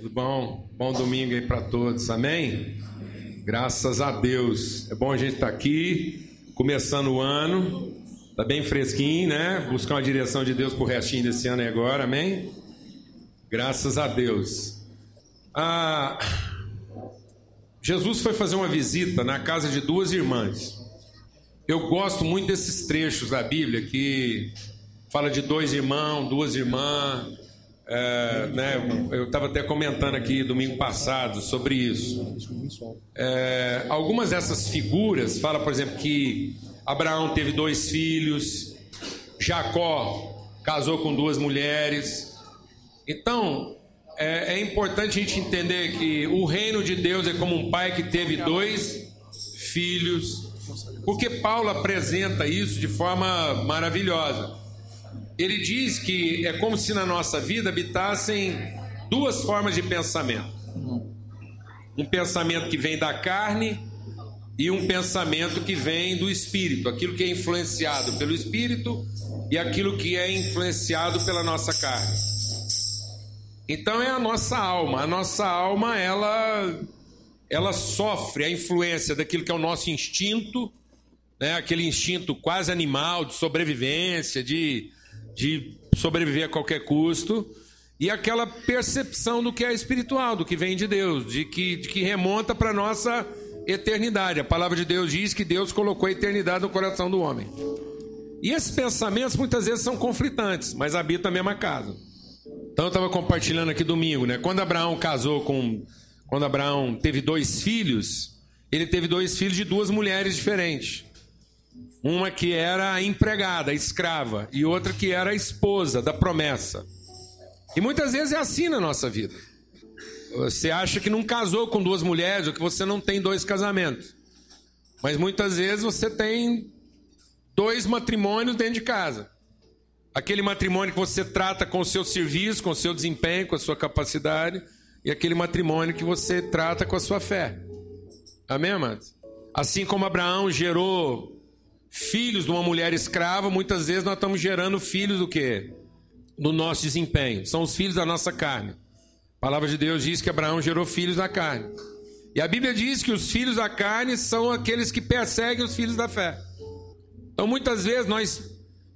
Tudo bom? Bom domingo aí para todos, amém? Graças a Deus. É bom a gente estar aqui, começando o ano. Tá bem fresquinho, né? Buscar uma direção de Deus pro restinho desse ano e agora, amém? Graças a Deus. Jesus foi fazer uma visita na casa de duas irmãs. Eu gosto muito desses trechos da Bíblia que fala de dois irmãos, duas irmãs. Eu estava até comentando aqui domingo passado sobre isso. Algumas dessas figuras falam, por exemplo, que Abraão teve 2 filhos, Jacó casou com 2 mulheres. Então é importante a gente entender que o reino de Deus é como um pai que teve 2 filhos, porque Paulo apresenta isso de forma maravilhosa. Ele diz que é como se na nossa vida habitassem 2 formas de pensamento. Um pensamento que vem da carne e um pensamento que vem do espírito. Aquilo que é influenciado pelo espírito e aquilo que é influenciado pela nossa carne. Então é a nossa alma. A nossa alma, ela sofre a influência daquilo que é o nosso instinto, né? Aquele instinto quase animal de sobrevivência, de sobreviver a qualquer custo, e aquela percepção do que é espiritual, do que vem de Deus, de que remonta para a nossa eternidade. A palavra de Deus diz que Deus colocou a eternidade no coração do homem. E esses pensamentos muitas vezes são conflitantes, mas habitam a mesma casa. Então eu estava compartilhando aqui domingo, né? Quando Abraão teve 2 filhos, ele teve 2 filhos de 2 mulheres diferentes. Uma que era a empregada, a escrava, e outra que era a esposa da promessa. E muitas vezes é assim na nossa vida. Você acha que não casou com 2 mulheres, ou que você não tem 2 casamentos. Mas muitas vezes você tem 2 matrimônios dentro de casa. Aquele matrimônio que você trata com o seu serviço, com o seu desempenho, com a sua capacidade, e aquele matrimônio que você trata com a sua fé. Amém, amados? Assim como Abraão gerou filhos de uma mulher escrava, muitas vezes nós estamos gerando filhos do quê? Do nosso desempenho. São os filhos da nossa carne. A palavra de Deus diz que Abraão gerou filhos da carne. E a Bíblia diz que os filhos da carne são aqueles que perseguem os filhos da fé. Então muitas vezes nós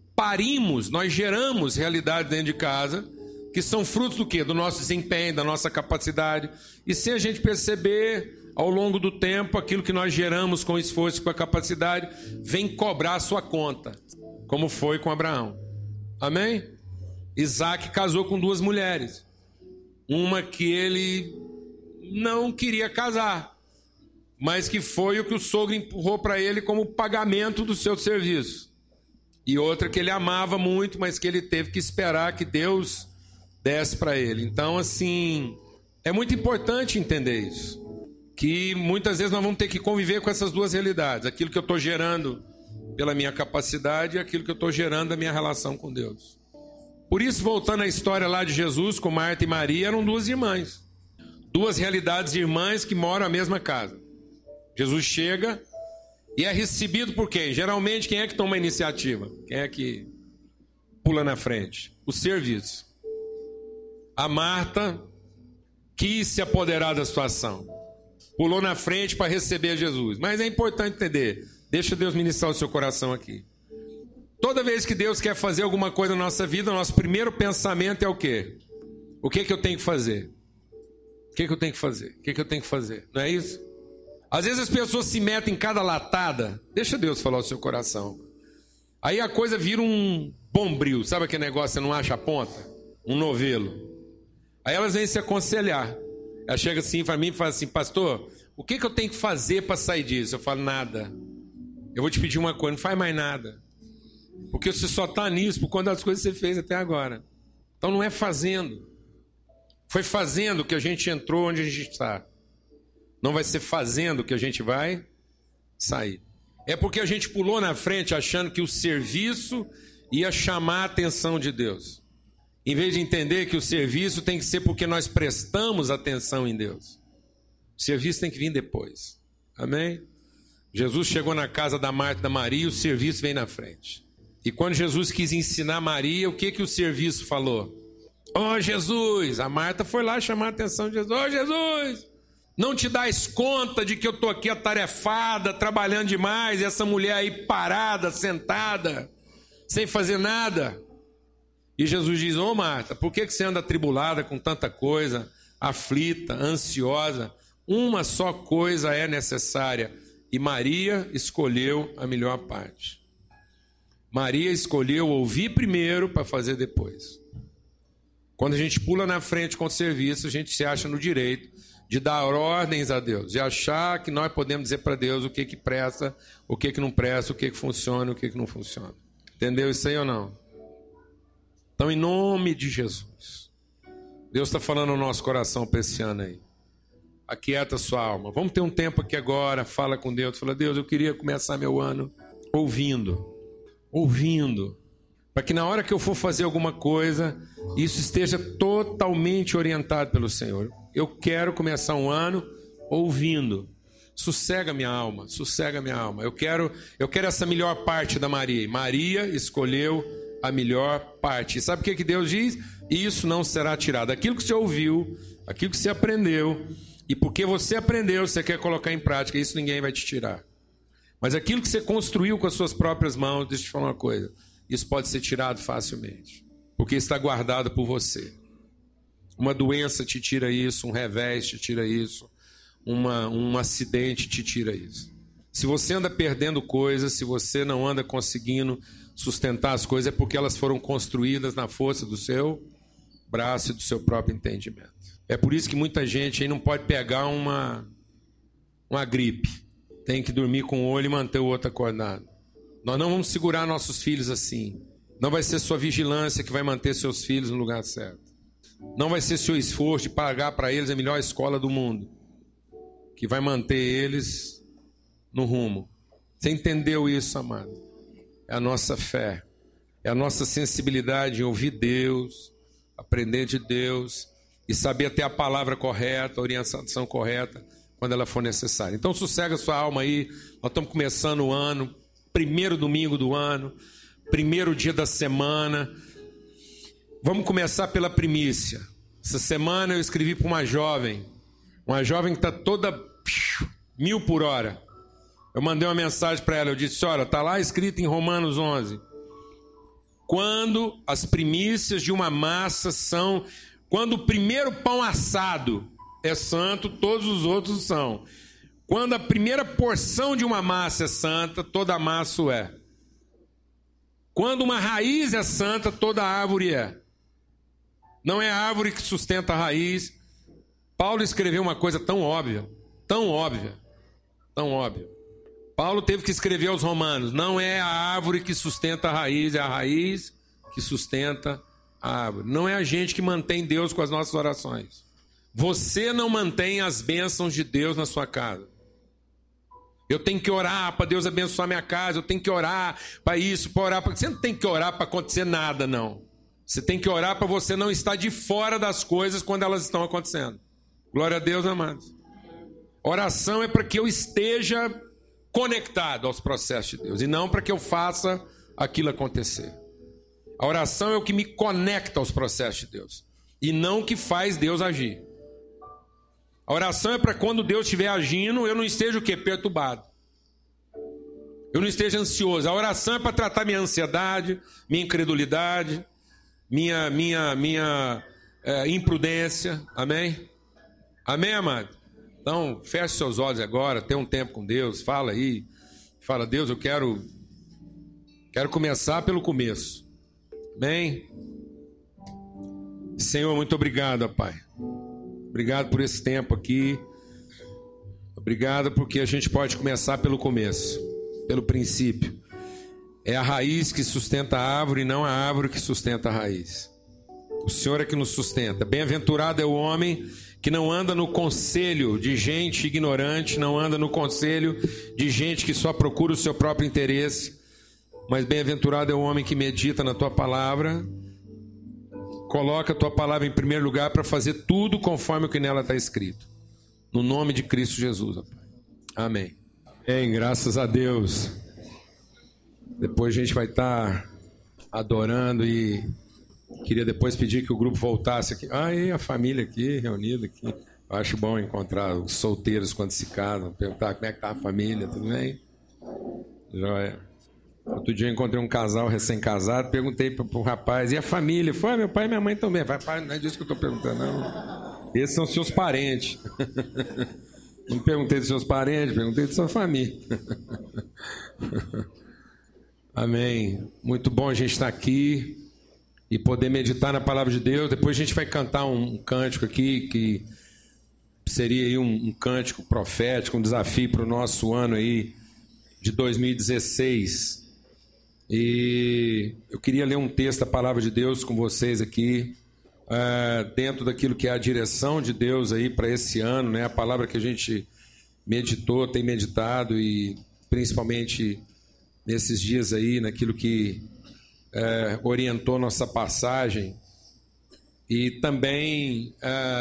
geramos realidades dentro de casa que são frutos do quê? Do nosso desempenho, da nossa capacidade. E sem a gente perceber, ao longo do tempo, aquilo que nós geramos com esforço e com a capacidade vem cobrar a sua conta, como foi com Abraão. Amém? Isaac casou com 2 mulheres. Uma que ele não queria casar, mas que foi o que o sogro empurrou para ele como pagamento do seu serviço. E outra que ele amava muito, mas que ele teve que esperar que Deus desse para ele. Então, assim, é muito importante entender isso. Que muitas vezes nós vamos ter que conviver com essas 2 realidades. Aquilo que eu estou gerando pela minha capacidade e aquilo que eu estou gerando da minha relação com Deus. Por isso, voltando à história lá de Jesus com Marta e Maria, eram 2 irmãs. 2 realidades irmãs que moram na mesma casa. Jesus chega e é recebido por quem? Geralmente, quem é que toma a iniciativa? Quem é que pula na frente? O serviço. A Marta quis se apoderar da situação. Pulou na frente para receber Jesus. Mas é importante entender. Deixa Deus ministrar o seu coração aqui. Toda vez que Deus quer fazer alguma coisa na nossa vida, o nosso primeiro pensamento é o quê? O que eu tenho que fazer? O que eu tenho que fazer? O que eu tenho que fazer? Não é isso? Às vezes as pessoas se metem em cada latada. Deixa Deus falar o seu coração. Aí a coisa vira um bombril. Sabe aquele negócio que você não acha a ponta? Um novelo. Aí elas vêm se aconselhar. Ela chega assim para mim e fala assim: pastor, o que eu tenho que fazer para sair disso? Eu falo: nada. Eu vou te pedir uma coisa, não faz mais nada. Porque você só está nisso por conta das coisas que você fez até agora. Então não é fazendo. Foi fazendo que a gente entrou onde a gente está. Não vai ser fazendo que a gente vai sair. É porque a gente pulou na frente achando que o serviço ia chamar a atenção de Deus. Em vez de entender que o serviço tem que ser porque nós prestamos atenção em Deus. O serviço tem que vir depois. Amém? Jesus chegou na casa da Marta e da Maria e o serviço vem na frente. E quando Jesus quis ensinar Maria, o que o serviço falou? Ó Jesus, a Marta foi lá chamar a atenção de Jesus. Ó Jesus, não te dás conta de que eu estou aqui atarefada, trabalhando demais, e essa mulher aí parada, sentada, sem fazer nada. E Jesus diz, ô Marta, por que você anda atribulada com tanta coisa, aflita, ansiosa? Uma só coisa é necessária, e Maria escolheu a melhor parte. Maria escolheu ouvir primeiro para fazer depois. Quando a gente pula na frente com o serviço, a gente se acha no direito de dar ordens a Deus, de achar que nós podemos dizer para Deus o que presta, o que não presta, o que funciona, o que não funciona. Entendeu isso aí ou não? Então, em nome de Jesus, Deus está falando no nosso coração para esse ano aí. Aquieta a sua alma. Vamos ter um tempo aqui agora, fala com Deus. Fala, Deus, eu queria começar meu ano ouvindo, para que na hora que eu for fazer alguma coisa, isso esteja totalmente orientado pelo Senhor. Eu quero começar um ano ouvindo. Sossega minha alma, sossega minha alma. Eu quero essa melhor parte da Maria. Maria escolheu a melhor parte. E sabe o que Deus diz? Isso não será tirado. Aquilo que você ouviu, aquilo que você aprendeu, e porque você aprendeu, você quer colocar em prática, isso ninguém vai te tirar. Mas aquilo que você construiu com as suas próprias mãos, deixa eu te falar uma coisa, isso pode ser tirado facilmente, porque está guardado por você. Uma doença te tira isso, um revés te tira isso, um acidente te tira isso. Se você anda perdendo coisas, se você não anda conseguindo sustentar as coisas, é porque elas foram construídas na força do seu braço e do seu próprio entendimento. É por isso que muita gente aí não pode pegar uma gripe. Tem que dormir com um olho e manter o outro acordado. Nós não vamos segurar nossos filhos assim. Não vai ser sua vigilância que vai manter seus filhos no lugar certo. Não vai ser seu esforço de pagar para eles a melhor escola do mundo que vai manter eles no rumo. Você entendeu isso, amado? É a nossa fé. É a nossa sensibilidade em ouvir Deus, aprender de Deus e saber ter a palavra correta, a orientação correta quando ela for necessária. Então sossega sua alma aí. Nós estamos começando o ano, primeiro domingo do ano, primeiro dia da semana. Vamos começar pela primícia. Essa semana eu escrevi para uma jovem que está toda 1000 por hora. Eu mandei uma mensagem para ela, eu disse, olha, está lá escrito em Romanos 11. Quando as primícias de uma massa são... Quando o primeiro pão assado é santo, todos os outros são. Quando a primeira porção de uma massa é santa, toda a massa o é. Quando uma raiz é santa, toda a árvore é. Não é a árvore que sustenta a raiz. Paulo escreveu uma coisa tão óbvia, tão óbvia, tão óbvia. Paulo teve que escrever aos romanos, não é a árvore que sustenta a raiz, é a raiz que sustenta a árvore. Não é a gente que mantém Deus com as nossas orações. Você não mantém as bênçãos de Deus na sua casa. Eu tenho que orar para Deus abençoar minha casa, eu tenho que orar para isso, para orar para... Você não tem que orar para acontecer nada, não. Você tem que orar para você não estar de fora das coisas quando elas estão acontecendo. Glória a Deus, amados. Oração é para que eu esteja conectado aos processos de Deus e não para que eu faça aquilo acontecer. A oração é o que me conecta aos processos de Deus e não o que faz Deus agir. A oração é para quando Deus estiver agindo, eu não esteja o quê? Perturbado. Eu não esteja ansioso. A oração é para tratar minha ansiedade, minha incredulidade, minha imprudência. Amém? Amém, amado? Então, feche seus olhos agora, tenha um tempo com Deus, fala aí. Fala, Deus, eu quero começar pelo começo. Amém? Senhor, muito obrigado, Pai. Obrigado por esse tempo aqui. Obrigado porque a gente pode começar pelo começo, pelo princípio. É a raiz que sustenta a árvore e não a árvore que sustenta a raiz. O Senhor é que nos sustenta. Bem-aventurado é o homem que não anda no conselho de gente ignorante, não anda no conselho de gente que só procura o seu próprio interesse, mas bem-aventurado é o homem que medita na tua palavra, coloca a tua palavra em primeiro lugar para fazer tudo conforme o que nela está escrito. No nome de Cristo Jesus. Amém. Amém, graças a Deus. Depois a gente vai estar adorando e Queria depois pedir que o grupo voltasse aqui. E a família aqui, reunida aqui. Eu acho bom encontrar os solteiros quando se casam, perguntar como é que tá a família, tudo bem? Joia. Outro dia eu encontrei um casal recém-casado, perguntei para o rapaz, e a família? Foi, meu pai e minha mãe também. Pai, não é disso que eu estou perguntando, não. Esses são seus parentes. Não perguntei dos seus parentes, perguntei de sua família. Amém. Muito bom a gente estar aqui e poder meditar na palavra de Deus. Depois a gente vai cantar um cântico aqui, que seria aí um cântico profético, um desafio para o nosso ano aí de 2016. E eu queria ler um texto da palavra de Deus com vocês aqui, dentro daquilo que é a direção de Deus aí para esse ano, né? A palavra que a gente meditou, tem meditado, e principalmente nesses dias aí, naquilo que orientou nossa passagem, e também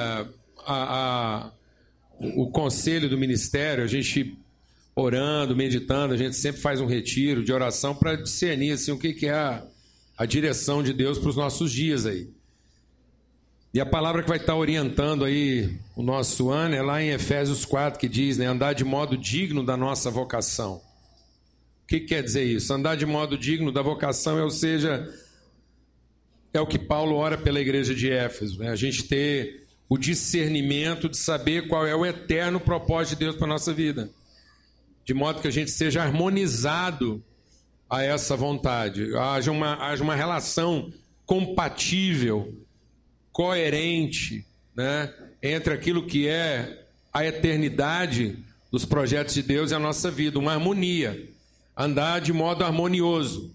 o conselho do ministério, a gente orando, meditando, a gente sempre faz um retiro de oração para discernir assim, o que é a direção de Deus para os nossos dias aí. E a palavra que vai estar orientando aí o nosso ano é lá em Efésios 4, que diz, né, andar de modo digno da nossa vocação. O que quer dizer isso? Andar de modo digno da vocação, ou seja, é o que Paulo ora pela igreja de Éfeso, né? A gente ter o discernimento de saber qual é o eterno propósito de Deus para a nossa vida, de modo que a gente seja harmonizado a essa vontade, haja uma relação compatível, coerente, né, entre aquilo que é a eternidade dos projetos de Deus e a nossa vida, uma harmonia, andar de modo harmonioso.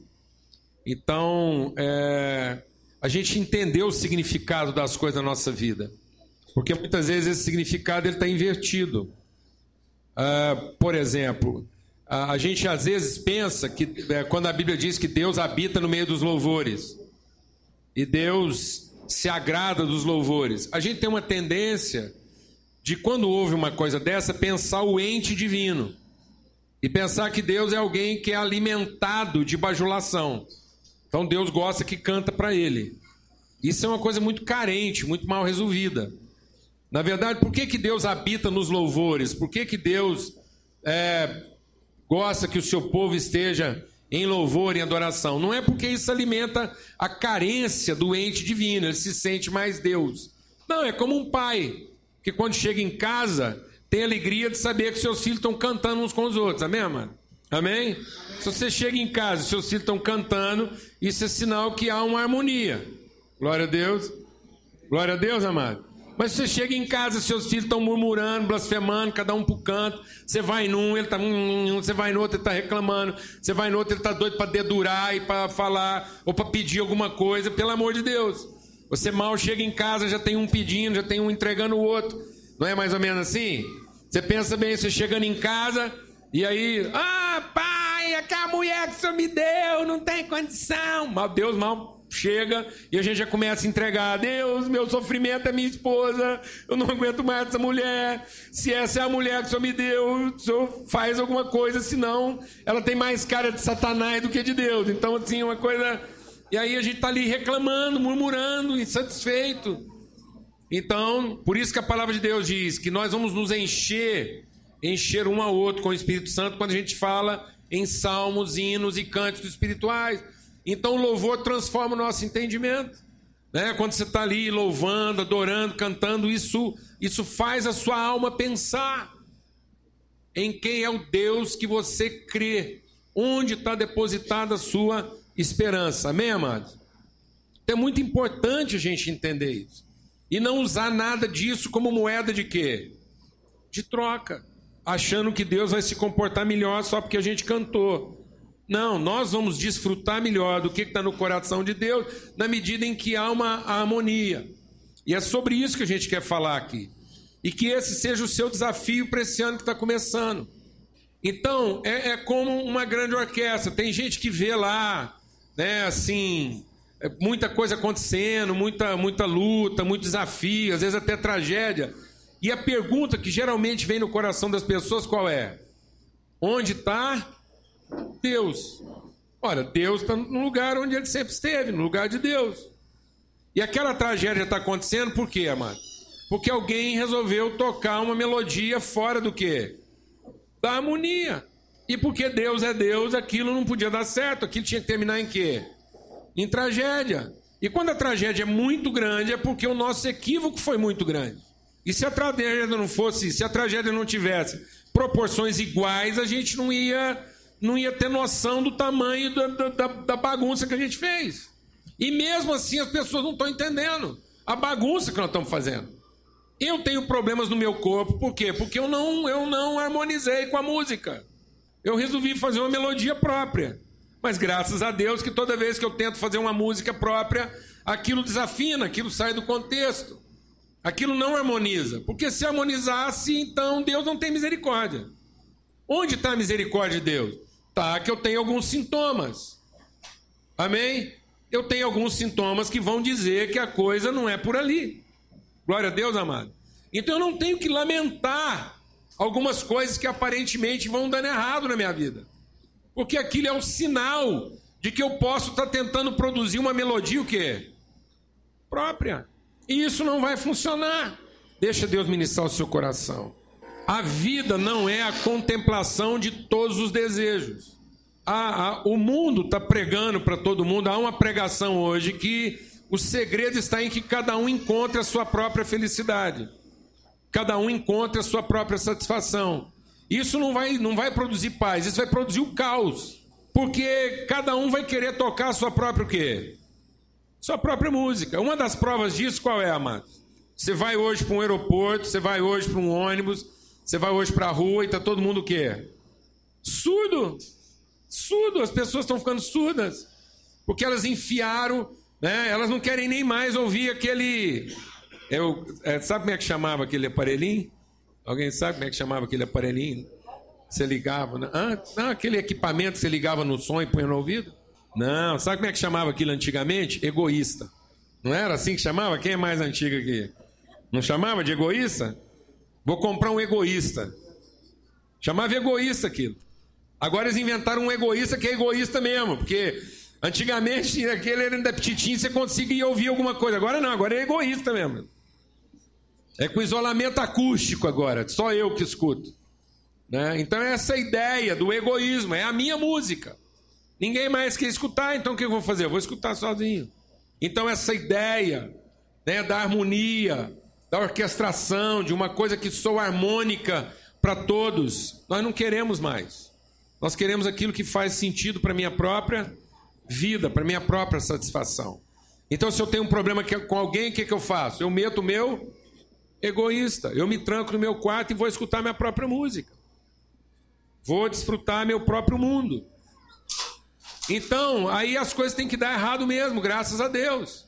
Então, a gente entendeu o significado das coisas da nossa vida, porque muitas vezes esse significado está invertido. Por exemplo, a gente às vezes pensa que quando a Bíblia diz que Deus habita no meio dos louvores e Deus se agrada dos louvores, a gente tem uma tendência de, quando ouve uma coisa dessa, pensar o ente divino e pensar que Deus é alguém que é alimentado de bajulação. Então Deus gosta que canta para ele. Isso é uma coisa muito carente, muito mal resolvida. Na verdade, por que Deus habita nos louvores? Por que Deus gosta que o seu povo esteja em louvor, em adoração? Não é porque isso alimenta a carência do ente divino, ele se sente mais Deus. Não, é como um pai, que quando chega em casa, tem alegria de saber que seus filhos estão cantando uns com os outros. Amém, mano? Amém? Se você chega em casa e seus filhos estão cantando, isso é sinal que há uma harmonia. Glória a Deus. Glória a Deus, amado. Mas você chega em casa, seus filhos estão murmurando, blasfemando, cada um para o canto. Você vai num, ele está... Você vai no outro, ele está reclamando. Você vai no outro, ele está doido para dedurar e para falar, ou para pedir alguma coisa. Pelo amor de Deus. Você mal chega em casa, já tem um pedindo, já tem um entregando o outro. Não é mais ou menos assim? Você pensa bem, você chegando em casa, e aí... pai, aquela mulher que o senhor me deu, não tem condição. Deus mal chega e a gente já começa a entregar. Deus, meu sofrimento é minha esposa, eu não aguento mais essa mulher. Se essa é a mulher que o senhor me deu, o senhor faz alguma coisa, senão ela tem mais cara de Satanás do que de Deus. Então, assim, uma coisa... E aí a gente está ali reclamando, murmurando, insatisfeito. Então, por isso que a palavra de Deus diz que nós vamos nos encher um ao outro com o Espírito Santo quando a gente fala em salmos, hinos e cânticos espirituais. Então o louvor transforma o nosso entendimento, né? Quando você está ali louvando, adorando, cantando, isso faz a sua alma pensar em quem é o Deus que você crê, onde está depositada a sua esperança. Amém, amados? Então é muito importante a gente entender isso e não usar nada disso como moeda de quê? De troca, achando que Deus vai se comportar melhor só porque a gente cantou. Não, nós vamos desfrutar melhor do que está no coração de Deus na medida em que há uma harmonia. E é sobre isso que a gente quer falar aqui. E que esse seja o seu desafio para esse ano que está começando. Então, é como uma grande orquestra. Tem gente que vê lá, né, assim, muita coisa acontecendo, muita luta, muito desafio, às vezes até tragédia. E a pergunta que geralmente vem no coração das pessoas qual é? Onde está Deus? Ora, Deus está no lugar onde ele sempre esteve, no lugar de Deus. E aquela tragédia está acontecendo por quê, amado? Porque alguém resolveu tocar uma melodia fora do quê? Da harmonia. E porque Deus é Deus, aquilo não podia dar certo. Aquilo tinha que terminar em quê? Em tragédia. E quando a tragédia é muito grande, é porque o nosso equívoco foi muito grande. E se a tragédia não fosse, se a tragédia não tivesse proporções iguais, a gente não ia ter noção do tamanho da bagunça que a gente fez. E mesmo assim as pessoas não estão entendendo a bagunça que nós estamos fazendo. Eu tenho problemas no meu corpo, por quê? Porque eu não harmonizei com a música. Eu resolvi fazer uma melodia própria. Mas graças a Deus que toda vez que eu tento fazer uma música própria, aquilo desafina, aquilo sai do contexto. Aquilo não harmoniza. Porque se harmonizasse, então Deus não tem misericórdia. Onde está a misericórdia de Deus? Tá, que eu tenho alguns sintomas. Amém? Eu tenho alguns sintomas que vão dizer que a coisa não é por ali. Glória a Deus, amado. Então eu não tenho que lamentar algumas coisas que aparentemente vão dando errado na minha vida. Porque aquilo é um sinal de que eu posso estar tentando produzir uma melodia o quê? Própria. E isso não vai funcionar. Deixa Deus ministrar o seu coração. A vida não é a contemplação de todos os desejos. O mundo está pregando para todo mundo. Há uma pregação hoje que o segredo está em que cada um encontre a sua própria felicidade. Cada um encontre a sua própria satisfação. Isso não vai produzir paz, isso vai produzir o caos. Porque cada um vai querer tocar a sua própria o quê? Sua própria música. Uma das provas disso qual é, amado? Você vai hoje para um aeroporto, você vai hoje para um ônibus, você vai hoje para a rua e está todo mundo o quê? Surdo. Surdo, as pessoas estão ficando surdas. Porque elas enfiaram, né? Elas não querem nem mais ouvir aquele... sabe como é que chamava aquele aparelhinho? Alguém sabe como é que chamava aquele aparelhinho? Você ligava, né? Não, aquele equipamento que você ligava no som e punha no ouvido? Não, sabe como é que chamava aquilo antigamente? Egoísta. Não era assim que chamava? Quem é mais antigo aqui? Não chamava de egoísta? Vou comprar um egoísta. Chamava egoísta aquilo. Agora eles inventaram um egoísta que é egoísta mesmo, porque antigamente aquele era ainda petitinho, você conseguia ouvir alguma coisa. Agora não, agora é egoísta mesmo. É com isolamento acústico agora, só eu que escuto. Né? Então é essa ideia do egoísmo, é a minha música. Ninguém mais quer escutar, então o que eu vou fazer? Eu vou escutar sozinho. Então essa ideia, né, da harmonia, da orquestração, de uma coisa que soa harmônica para todos, nós não queremos mais. Nós queremos aquilo que faz sentido para a minha própria vida, para a minha própria satisfação. Então se eu tenho um problema com alguém, o que eu faço? Eu meto o meu egoísta. Eu me tranco no meu quarto e vou escutar minha própria música. Vou desfrutar meu próprio mundo. Então, aí as coisas têm que dar errado mesmo, graças a Deus.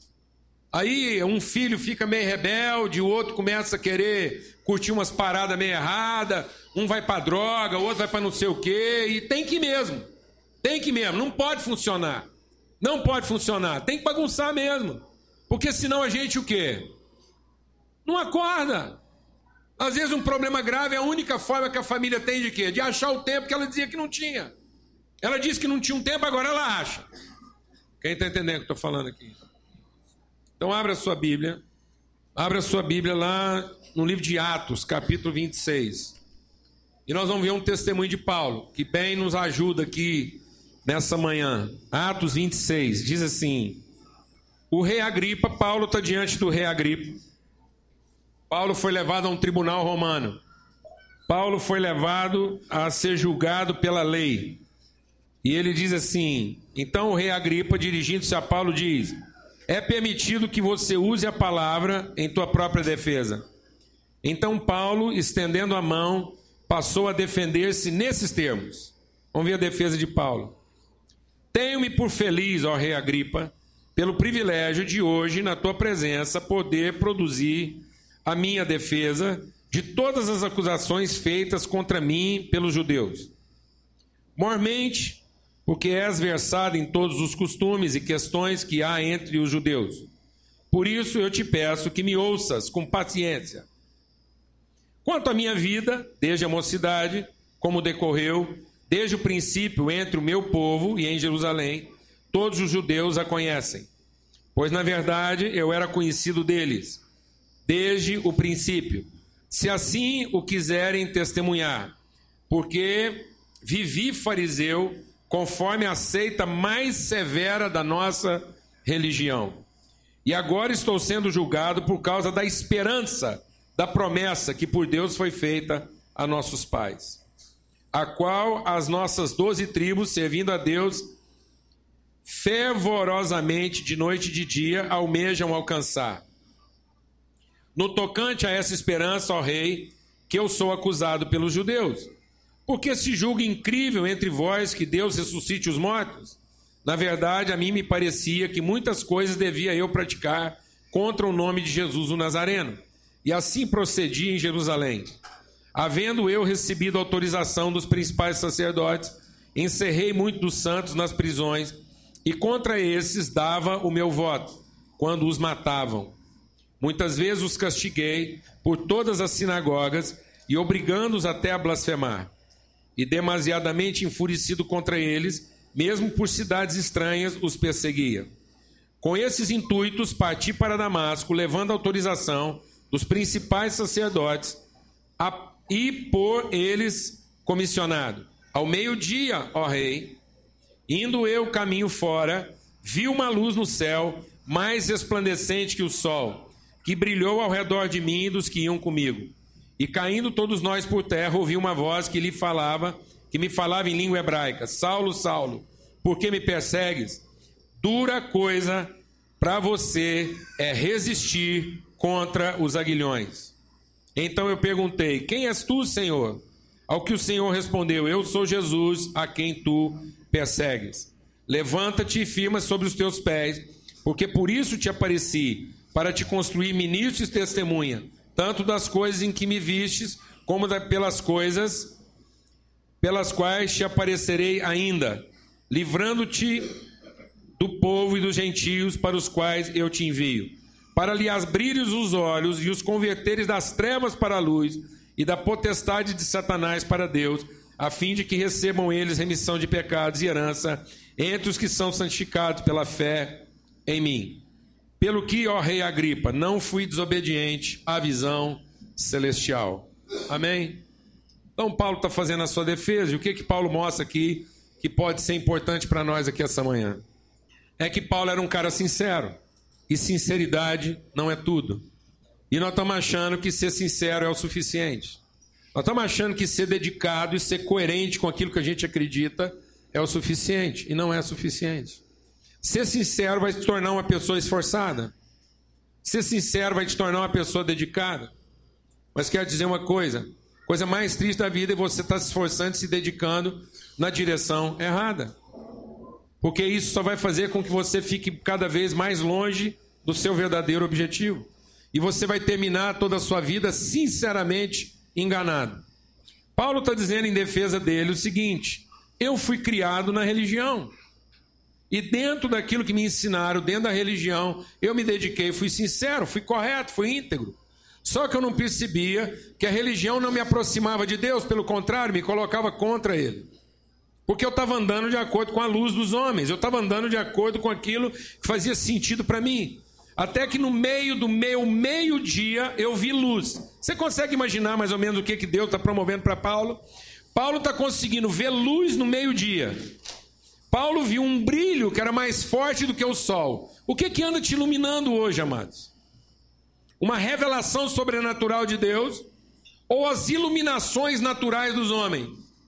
Aí um filho fica meio rebelde, o outro começa a querer curtir umas paradas meio erradas, um vai para droga, o outro vai para não sei o quê, e tem que mesmo, não pode funcionar. Não pode funcionar, tem que bagunçar mesmo. Porque senão a gente o quê? Não acorda. Às vezes um problema grave é a única forma que a família tem de quê? De achar o tempo que ela dizia que não tinha. Ela disse que não tinha um tempo, agora ela acha. Quem está entendendo o que eu estou falando aqui? Então abra a sua Bíblia. Abra a sua Bíblia lá no livro de Atos, capítulo 26. E nós vamos ver um testemunho de Paulo, que bem nos ajuda aqui nessa manhã. Atos 26, diz assim: o rei Agripa, Paulo está diante do rei Agripa. Paulo foi levado a um tribunal romano. Paulo foi levado a ser julgado pela lei. E ele diz assim: então o rei Agripa, dirigindo-se a Paulo, diz: é permitido que você use a palavra em tua própria defesa. Então Paulo, estendendo a mão, passou a defender-se nesses termos. Vamos ver a defesa de Paulo. Tenho-me por feliz, ó rei Agripa, pelo privilégio de hoje, na tua presença, poder produzir a minha defesa de todas as acusações feitas contra mim pelos judeus. Mormente, porque és versado em todos os costumes e questões que há entre os judeus. Por isso eu te peço que me ouças com paciência. Quanto à minha vida, desde a mocidade, como decorreu, desde o princípio entre o meu povo e em Jerusalém, todos os judeus a conhecem. pois na verdade eu era conhecido deles, desde o princípio, se assim o quiserem testemunhar, porque vivi fariseu, conforme a seita mais severa da nossa religião. E agora estou sendo julgado por causa da esperança da promessa que por Deus foi feita a nossos pais, a qual as nossas 12 tribos, servindo a Deus fervorosamente de noite e de dia, almejam alcançar. No tocante a essa esperança, ó rei, que eu sou acusado pelos judeus, porque se julga incrível entre vós que Deus ressuscite os mortos? Na verdade, a mim me parecia que muitas coisas devia eu praticar contra o nome de Jesus o Nazareno. E assim procedi em Jerusalém. Havendo eu recebido autorização dos principais sacerdotes, encerrei muitos dos santos nas prisões, e contra esses dava o meu voto, quando os matavam. Muitas vezes os castiguei por todas as sinagogas, e obrigando-os até a blasfemar. E demasiadamente enfurecido contra eles, mesmo por cidades estranhas, os perseguia. Com esses intuitos, parti para Damasco, levando autorização dos principais sacerdotes, e por eles comissionado. Ao meio-dia, ó rei, indo eu caminho fora, vi uma luz no céu, mais resplandecente que o sol, que brilhou ao redor de mim e dos que iam comigo. E caindo todos nós por terra, ouvi uma voz que me falava em língua hebraica: Saulo, Saulo, por que me persegues? Dura coisa para você é resistir contra os aguilhões. Então eu perguntei: quem és tu, Senhor? Ao que o Senhor respondeu: eu sou Jesus, a quem tu persegues. Levanta-te e firma sobre os teus pés, porque por isso te apareci, para te construir ministro e testemunha, tanto das coisas em que me vistes, como pelas coisas pelas quais te aparecerei ainda, livrando-te do povo e dos gentios para os quais eu te envio, para lhe abrires os olhos e os converteres das trevas para a luz e da potestade de Satanás para Deus, a fim de que recebam eles remissão de pecados e herança entre os que são santificados pela fé em mim. Pelo que, ó rei Agripa, não fui desobediente à visão celestial. Amém? Então Paulo está fazendo a sua defesa, e o que Paulo mostra aqui que pode ser importante para nós aqui essa manhã? É que Paulo era um cara sincero, e sinceridade não é tudo. E nós estamos achando que ser sincero é o suficiente. Nós estamos achando que ser dedicado e ser coerente com aquilo que a gente acredita é o suficiente, e não é suficiente. Ser sincero vai te tornar uma pessoa esforçada. Ser sincero vai te tornar uma pessoa dedicada. Mas quero dizer uma coisa mais triste da vida é você estar se esforçando e se dedicando na direção errada. Porque isso só vai fazer com que você fique cada vez mais longe do seu verdadeiro objetivo. E você vai terminar toda a sua vida sinceramente enganado. Paulo está dizendo em defesa dele o seguinte: eu fui criado na religião. E dentro daquilo que me ensinaram, dentro da religião, eu me dediquei, fui sincero, fui correto, fui íntegro. Só que eu não percebia que a religião não me aproximava de Deus, pelo contrário, me colocava contra Ele. Porque eu estava andando de acordo com a luz dos homens, eu estava andando de acordo com aquilo que fazia sentido para mim. Até que no meio do meio-dia eu vi luz. Você consegue imaginar mais ou menos o que Deus está promovendo para Paulo? Paulo está conseguindo ver luz no meio-dia. Paulo viu um brilho que era mais forte do que o sol. O que anda te iluminando hoje, amados? Uma revelação sobrenatural de Deus ou as iluminações naturais dos homens?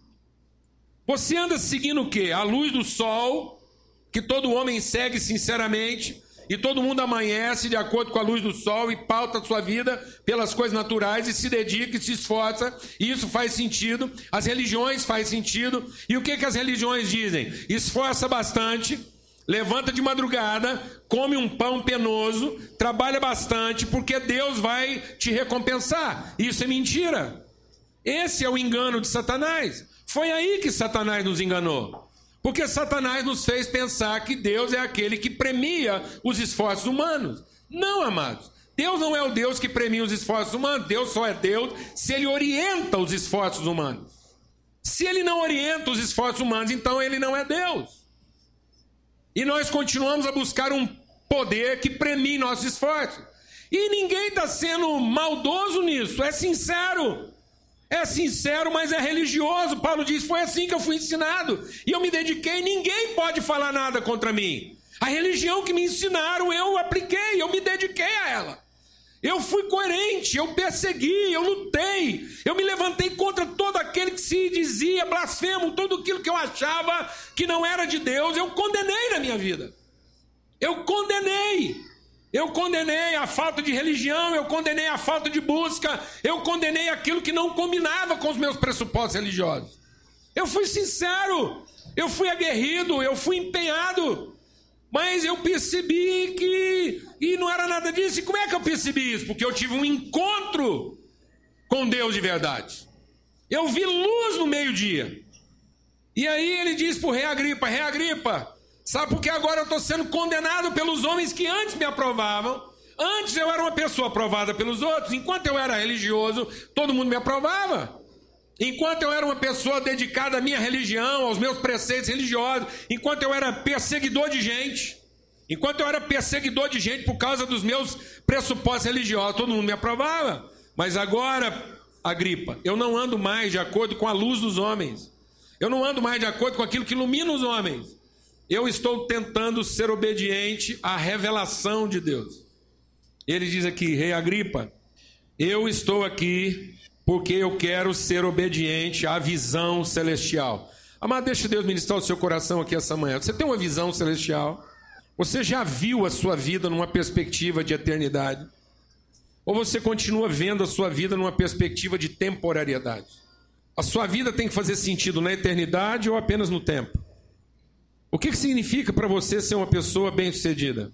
Você anda seguindo o quê? A luz do sol, que todo homem segue sinceramente, e todo mundo amanhece de acordo com a luz do sol e pauta a sua vida pelas coisas naturais e se dedica e se esforça, e isso faz sentido. As religiões fazem sentido. E o que as religiões dizem? Esforça bastante, levanta de madrugada, come um pão penoso, trabalha bastante, porque Deus vai te recompensar. Isso é mentira. Esse é o engano de Satanás. Foi aí que Satanás nos enganou. Porque Satanás nos fez pensar que Deus é aquele que premia os esforços humanos. Não, amados. Deus não é o Deus que premia os esforços humanos. Deus só é Deus se Ele orienta os esforços humanos. Se Ele não orienta os esforços humanos, então Ele não é Deus. E nós continuamos a buscar um poder que premie nossos esforços. E ninguém está sendo maldoso nisso, é sincero. É sincero, mas é religioso. Paulo diz, foi assim que eu fui ensinado. E eu me dediquei, ninguém pode falar nada contra mim. A religião que me ensinaram, eu apliquei, eu me dediquei a ela. Eu fui coerente, eu persegui, eu lutei. Eu me levantei contra todo aquele que se dizia blasfemo, tudo aquilo que eu achava que não era de Deus. Eu condenei na minha vida. Eu condenei a falta de religião, eu condenei a falta de busca, eu condenei aquilo que não combinava com os meus pressupostos religiosos. Eu fui sincero, eu fui aguerrido, eu fui empenhado, mas eu percebi e não era nada disso. E como é que eu percebi isso? Porque eu tive um encontro com Deus de verdade. Eu vi luz no meio-dia. E aí ele diz para o rei Agripa, sabe por que agora eu estou sendo condenado pelos homens que antes me aprovavam? Antes eu era uma pessoa aprovada pelos outros. Enquanto eu era religioso, todo mundo me aprovava. Enquanto eu era uma pessoa dedicada à minha religião, aos meus preceitos religiosos. Enquanto eu era perseguidor de gente. Enquanto eu era perseguidor de gente por causa dos meus pressupostos religiosos, todo mundo me aprovava. Mas agora, Agripa, eu não ando mais de acordo com a luz dos homens. Eu não ando mais de acordo com aquilo que ilumina os homens. Eu estou tentando ser obediente à revelação de Deus. Ele diz aqui, rei Agripa, eu estou aqui porque eu quero ser obediente à visão celestial. Amado, deixa Deus ministrar o seu coração aqui essa manhã. Você tem uma visão celestial? Você já viu a sua vida numa perspectiva de eternidade? Ou você continua vendo a sua vida numa perspectiva de temporariedade? A sua vida tem que fazer sentido na eternidade ou apenas no tempo? O que significa para você ser uma pessoa bem-sucedida?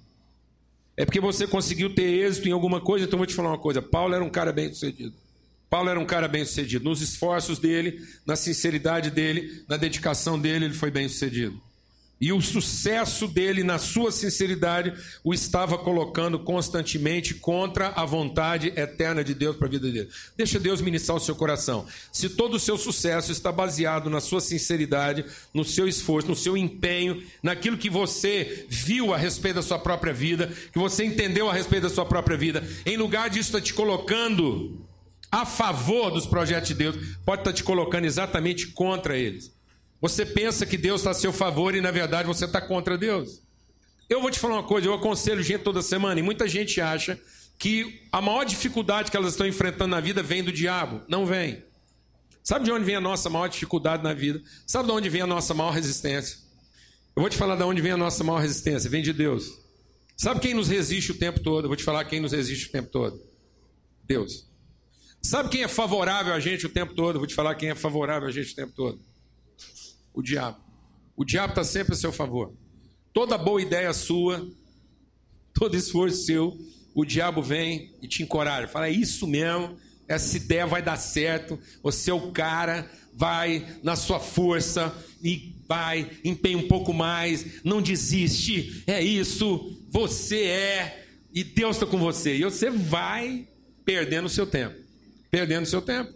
É porque você conseguiu ter êxito em alguma coisa? Então eu vou te falar uma coisa. Paulo era um cara bem-sucedido. Paulo era um cara bem-sucedido. Nos esforços dele, na sinceridade dele, na dedicação dele, ele foi bem-sucedido. E o sucesso dele, na sua sinceridade, o estava colocando constantemente contra a vontade eterna de Deus para a vida dele. Deixa Deus ministrar o seu coração. Se todo o seu sucesso está baseado na sua sinceridade, no seu esforço, no seu empenho, naquilo que você viu a respeito da sua própria vida, que você entendeu a respeito da sua própria vida, em lugar disso está te colocando a favor dos projetos de Deus, pode estar te colocando exatamente contra eles. Você pensa que Deus está a seu favor e na verdade você está contra Deus. Eu vou te falar uma coisa, eu aconselho gente toda semana e muita gente acha que a maior dificuldade que elas estão enfrentando na vida vem do diabo. Não vem. Sabe de onde vem a nossa maior dificuldade na vida? Sabe de onde vem a nossa maior resistência? Eu vou te falar de onde vem a nossa maior resistência. Vem de Deus. Sabe quem nos resiste o tempo todo? Eu vou te falar quem nos resiste o tempo todo. Deus. Sabe quem é favorável a gente o tempo todo? Eu vou te falar quem é favorável a gente o tempo todo. O diabo. O diabo está sempre a seu favor. Toda boa ideia sua, todo esforço seu, o diabo vem e te encoraja. Fala, é isso mesmo, essa ideia vai dar certo, você é o cara, vai na sua força e vai, empenha um pouco mais, não desiste, é isso, você é, e Deus está com você. E você vai perdendo o seu tempo. Perdendo o seu tempo.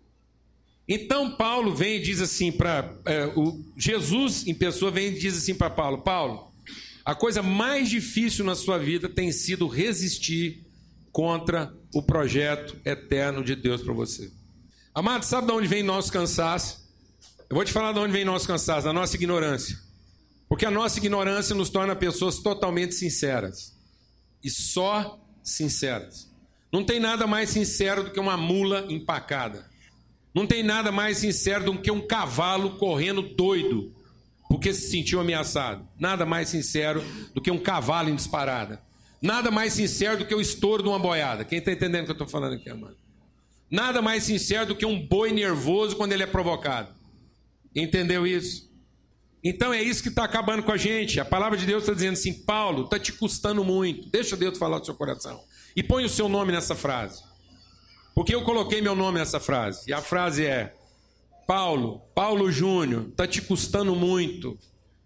Então Paulo vem e diz assim para Jesus em pessoa vem e diz assim para Paulo: Paulo, a coisa mais difícil na sua vida tem sido resistir contra o projeto eterno de Deus para você. Amado, sabe de onde vem nosso cansaço? Eu vou te falar de onde vem nosso cansaço, da nossa ignorância. Porque a nossa ignorância nos torna pessoas totalmente sinceras. E só sinceras. Não tem nada mais sincero do que uma mula empacada. Não tem nada mais sincero do que um cavalo correndo doido, porque se sentiu ameaçado. Nada mais sincero do que um cavalo em disparada. Nada mais sincero do que o estouro de uma boiada. Quem está entendendo o que eu estou falando aqui, amado? Nada mais sincero do que um boi nervoso quando ele é provocado. Entendeu isso? Então é isso que está acabando com a gente. A palavra de Deus está dizendo assim: Paulo, está te custando muito. Deixa Deus falar do seu coração. E põe o seu nome nessa frase. Porque eu coloquei meu nome nessa frase. E a frase é: Paulo Júnior, está te custando muito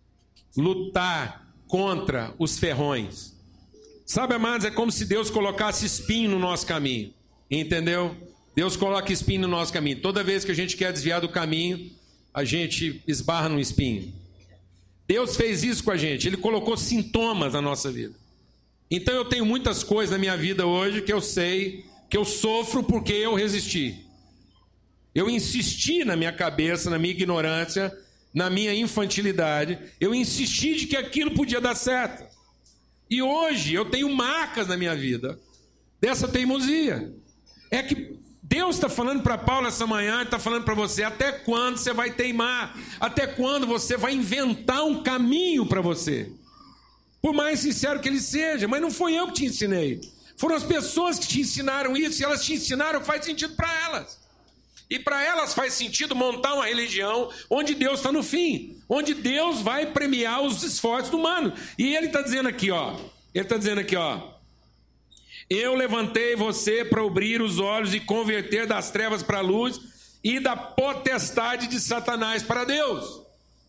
lutar contra os ferrões. Sabe, amados, é como se Deus colocasse espinho no nosso caminho. Entendeu? Deus coloca espinho no nosso caminho. Toda vez que a gente quer desviar do caminho, a gente esbarra no espinho. Deus fez isso com a gente. Ele colocou sintomas na nossa vida. Então eu tenho muitas coisas na minha vida hoje que eu sei que eu sofro porque eu resisti. Eu insisti na minha cabeça, na minha ignorância, na minha infantilidade. Eu insisti de que aquilo podia dar certo. E hoje eu tenho marcas na minha vida dessa teimosia. É que Deus está falando para Paulo essa manhã, está falando para você, até quando você vai teimar? Até quando você vai inventar um caminho para você? Por mais sincero que ele seja, mas não foi eu que te ensinei. Foram as pessoas que te ensinaram isso, e elas te ensinaram, faz sentido para elas. E para elas faz sentido montar uma religião onde Deus está no fim, onde Deus vai premiar os esforços humanos. E ele está dizendo aqui, ó, eu levantei você para abrir os olhos e converter das trevas para a luz e da potestade de Satanás para Deus.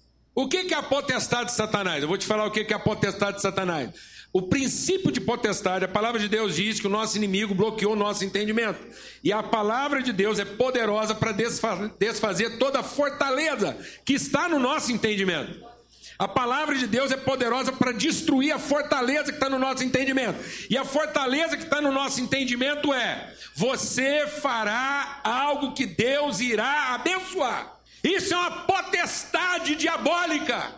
O que é a potestade de Satanás? Eu vou te falar o que é a potestade de Satanás. O princípio de potestade, a palavra de Deus diz que o nosso inimigo bloqueou o nosso entendimento. E a palavra de Deus é poderosa para desfazer toda a fortaleza que está no nosso entendimento. A palavra de Deus é poderosa para destruir a fortaleza que está no nosso entendimento. E a fortaleza que está no nosso entendimento é: você fará algo que Deus irá abençoar. Isso é uma potestade diabólica.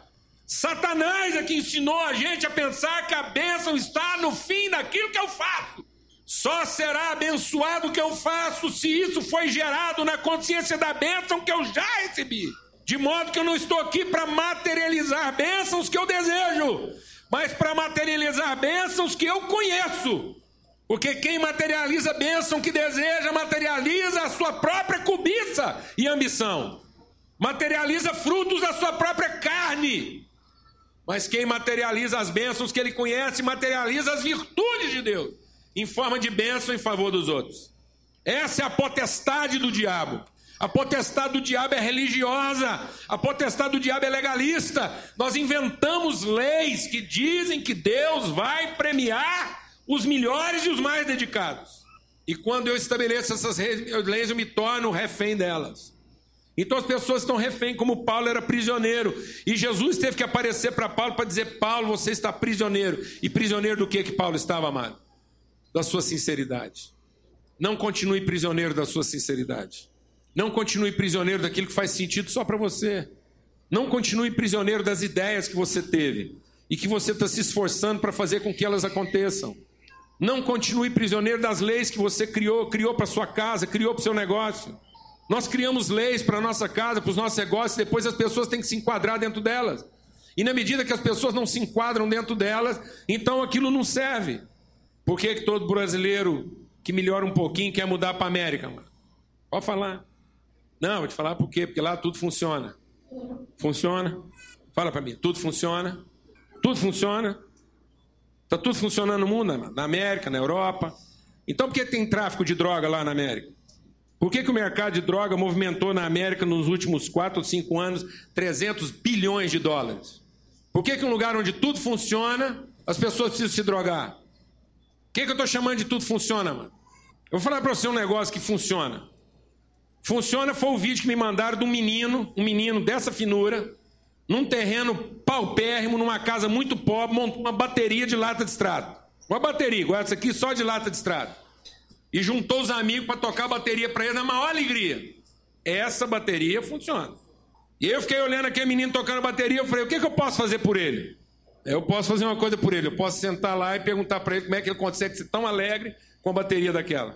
Satanás é que ensinou a gente a pensar que a bênção está no fim daquilo que eu faço. Só será abençoado o que eu faço se isso foi gerado na consciência da bênção que eu já recebi. De modo que eu não estou aqui para materializar bênçãos que eu desejo, mas para materializar bênçãos que eu conheço. Porque quem materializa bênção que deseja, materializa a sua própria cobiça e ambição. Materializa frutos da sua própria carne. Mas quem materializa as bênçãos que ele conhece, materializa as virtudes de Deus, em forma de bênção em favor dos outros. Essa é a potestade do diabo. A potestade do diabo é religiosa. A potestade do diabo é legalista. Nós inventamos leis que dizem que Deus vai premiar os melhores e os mais dedicados. E quando eu estabeleço essas leis, eu me torno refém delas. Então as pessoas estão refém, como Paulo era prisioneiro. E Jesus teve que aparecer para Paulo para dizer: Paulo, você está prisioneiro. E prisioneiro do que Paulo estava, amado? Da sua sinceridade. Não continue prisioneiro da sua sinceridade. Não continue prisioneiro daquilo que faz sentido só para você. Não continue prisioneiro das ideias que você teve e que você está se esforçando para fazer com que elas aconteçam. Não continue prisioneiro das leis que você criou para a sua casa, criou para o seu negócio. Nós criamos leis para a nossa casa, para os nossos negócios, e depois as pessoas têm que se enquadrar dentro delas. E na medida que as pessoas não se enquadram dentro delas, então aquilo não serve. Por que todo brasileiro que melhora um pouquinho quer mudar para a América, mano? Pode falar. Não, vou te falar por quê. Porque lá tudo funciona. Funciona? Fala para mim. Tudo funciona? Tudo funciona? Está tudo funcionando no mundo, na América, na Europa. Então por que tem tráfico de droga lá na América? Por que o mercado de droga movimentou na América nos últimos 4 ou 5 anos 300 bilhões de dólares? Por que um lugar onde tudo funciona, as pessoas precisam se drogar? O que eu estou chamando de tudo funciona, mano? Eu vou falar para você um negócio que funciona. Funciona foi o vídeo que me mandaram de um menino dessa finura, num terreno paupérrimo, numa casa muito pobre, montou uma bateria de lata de extrato. Uma bateria, igual essa aqui, só de lata de extrato. E juntou os amigos para tocar a bateria para ele na maior alegria. Essa bateria funciona. E eu fiquei olhando aquele menino tocando a bateria, eu falei: o que eu posso fazer por ele? Eu posso fazer uma coisa por ele, eu posso sentar lá e perguntar para ele como é que ele consegue ser tão alegre com a bateria daquela.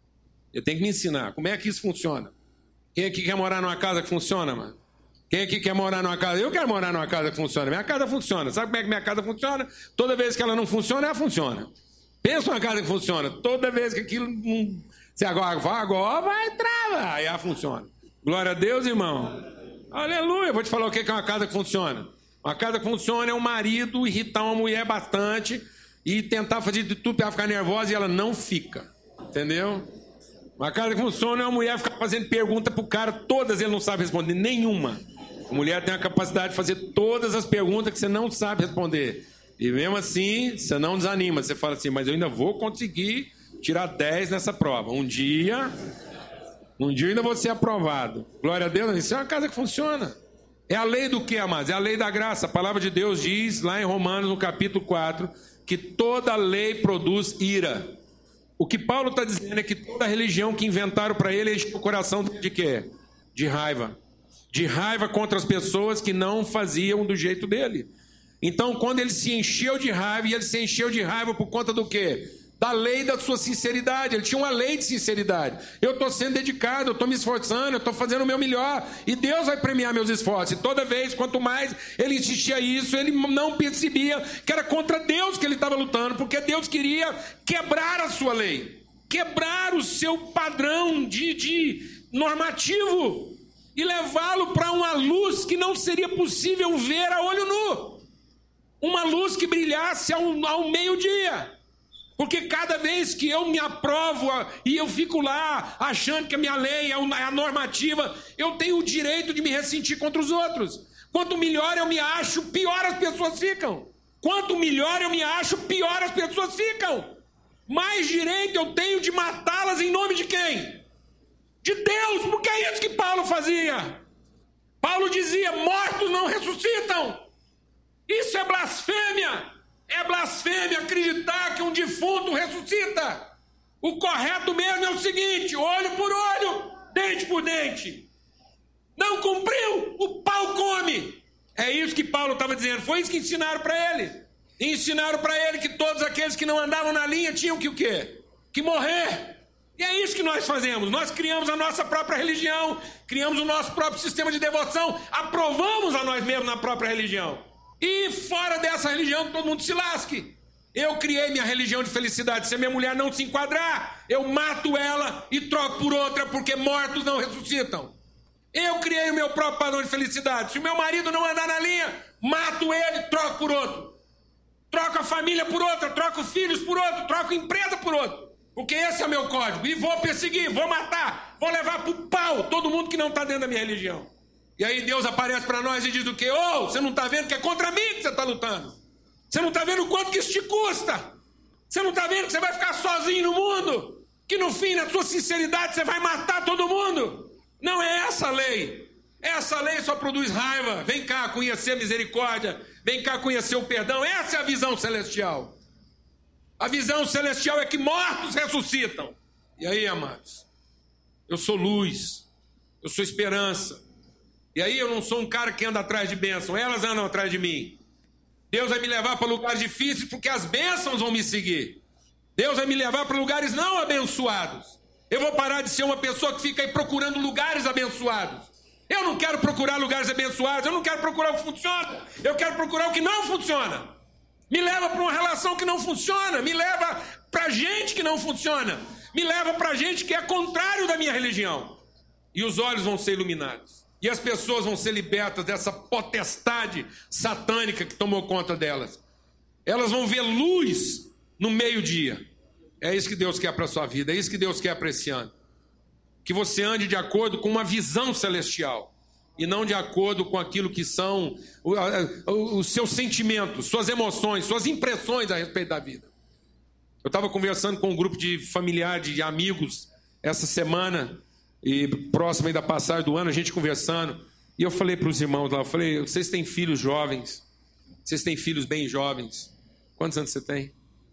Eu tenho que me ensinar como é que isso funciona. Quem aqui quer morar numa casa que funciona, mano? Quem aqui quer morar numa casa? Eu quero morar numa casa que funciona. Minha casa funciona. Sabe como é que minha casa funciona? Toda vez que ela não funciona, ela funciona. Pensa uma casa que funciona. Toda vez que aquilo não... Se agora vai entrar, aí ela funciona. Glória a Deus, irmão. Aleluia. Vou te falar o que é uma casa que funciona. Uma casa que funciona é um marido irritar uma mulher bastante e tentar fazer de tudo para ela ficar nervosa e ela não fica. Entendeu? Uma casa que funciona é uma mulher ficar fazendo pergunta pro cara, todas ele não sabe responder, nenhuma. A mulher tem a capacidade de fazer todas as perguntas que você não sabe responder. E mesmo assim, você não desanima. Você fala assim: mas eu ainda vou conseguir tirar 10 nessa prova. Um dia eu ainda vou ser aprovado. Glória a Deus. Isso é uma casa que funciona. É a lei do que, amados? É a lei da graça. A palavra de Deus diz lá em Romanos, no capítulo 4, que toda lei produz ira. O que Paulo está dizendo é que toda religião que inventaram para ele enche o coração de quê? De raiva. De raiva contra as pessoas que não faziam do jeito dele. Então, quando ele se encheu de raiva, e ele se encheu de raiva por conta do quê? Da lei da sua sinceridade. Ele tinha uma lei de sinceridade. Eu estou sendo dedicado, eu estou me esforçando, eu estou fazendo o meu melhor, e Deus vai premiar meus esforços. E toda vez, quanto mais ele insistia isso, ele não percebia que era contra Deus que ele estava lutando, porque Deus queria quebrar a sua lei, quebrar o seu padrão de normativo e levá-lo para uma luz que não seria possível ver a olho nu. Uma luz que brilhasse ao meio-dia. Porque cada vez que eu me aprovo e eu fico lá achando que a minha lei é a normativa, eu tenho o direito de me ressentir contra os outros. Quanto melhor eu me acho, pior as pessoas ficam. Quanto melhor eu me acho, pior as pessoas ficam. Mais direito eu tenho de matá-las em nome de quem? De Deus, porque é isso que Paulo fazia. Paulo dizia: mortos não ressuscitam. Isso é blasfêmia. É blasfêmia acreditar que um defunto ressuscita. O correto mesmo é o seguinte: olho por olho, dente por dente. Não cumpriu, o pau come. É isso que Paulo estava dizendo. Foi isso que ensinaram para ele. E ensinaram para ele que todos aqueles que não andavam na linha tinham que o quê? Que morrer. E é isso que nós fazemos. Nós criamos a nossa própria religião, criamos o nosso próprio sistema de devoção, aprovamos a nós mesmos na própria religião. E fora dessa religião todo mundo se lasque. Eu criei minha religião de felicidade. Se a minha mulher não se enquadrar, eu mato ela e troco por outra, porque mortos não ressuscitam. Eu criei o meu próprio padrão de felicidade. Se o meu marido não andar na linha, mato ele e troco por outro. Troco a família por outra, troco filhos por outro, troco empresa por outro. Porque esse é o meu código. E vou perseguir, vou matar, vou levar pro pau todo mundo que não está dentro da minha religião. E aí Deus aparece para nós e diz o quê? Você não está vendo que é contra mim que você está lutando? Você não está vendo o quanto que isso te custa? Você não está vendo que você vai ficar sozinho no mundo? Que no fim, na sua sinceridade, você vai matar todo mundo? Não é essa a lei. Essa lei só produz raiva. Vem cá conhecer a misericórdia. Vem cá conhecer o perdão. Essa é a visão celestial. A visão celestial é que mortos ressuscitam. E aí, amados? Eu sou luz. Eu sou esperança. E aí eu não sou um cara que anda atrás de bênção, elas andam atrás de mim. Deus vai me levar para lugares difíceis porque as bênçãos vão me seguir. Deus vai me levar para lugares não abençoados. Eu vou parar de ser uma pessoa que fica aí procurando lugares abençoados. Eu não quero procurar lugares abençoados, eu não quero procurar o que funciona, eu quero procurar o que não funciona. Me leva para uma relação que não funciona, me leva para gente que não funciona, me leva para gente que é contrário da minha religião. E os olhos vão ser iluminados. E as pessoas vão ser libertas dessa potestade satânica que tomou conta delas. Elas vão ver luz no meio-dia. É isso que Deus quer para a sua vida, é isso que Deus quer para esse ano. Que você ande de acordo com uma visão celestial e não de acordo com aquilo que são os seus sentimentos, suas emoções, suas impressões a respeito da vida. Eu estava conversando com um grupo de familiares, de amigos, essa semana, e próximo aí da passagem do ano, a gente conversando, e eu falei para os irmãos lá, eu falei: vocês têm filhos jovens, vocês têm filhos bem jovens. Quantos anos você tem?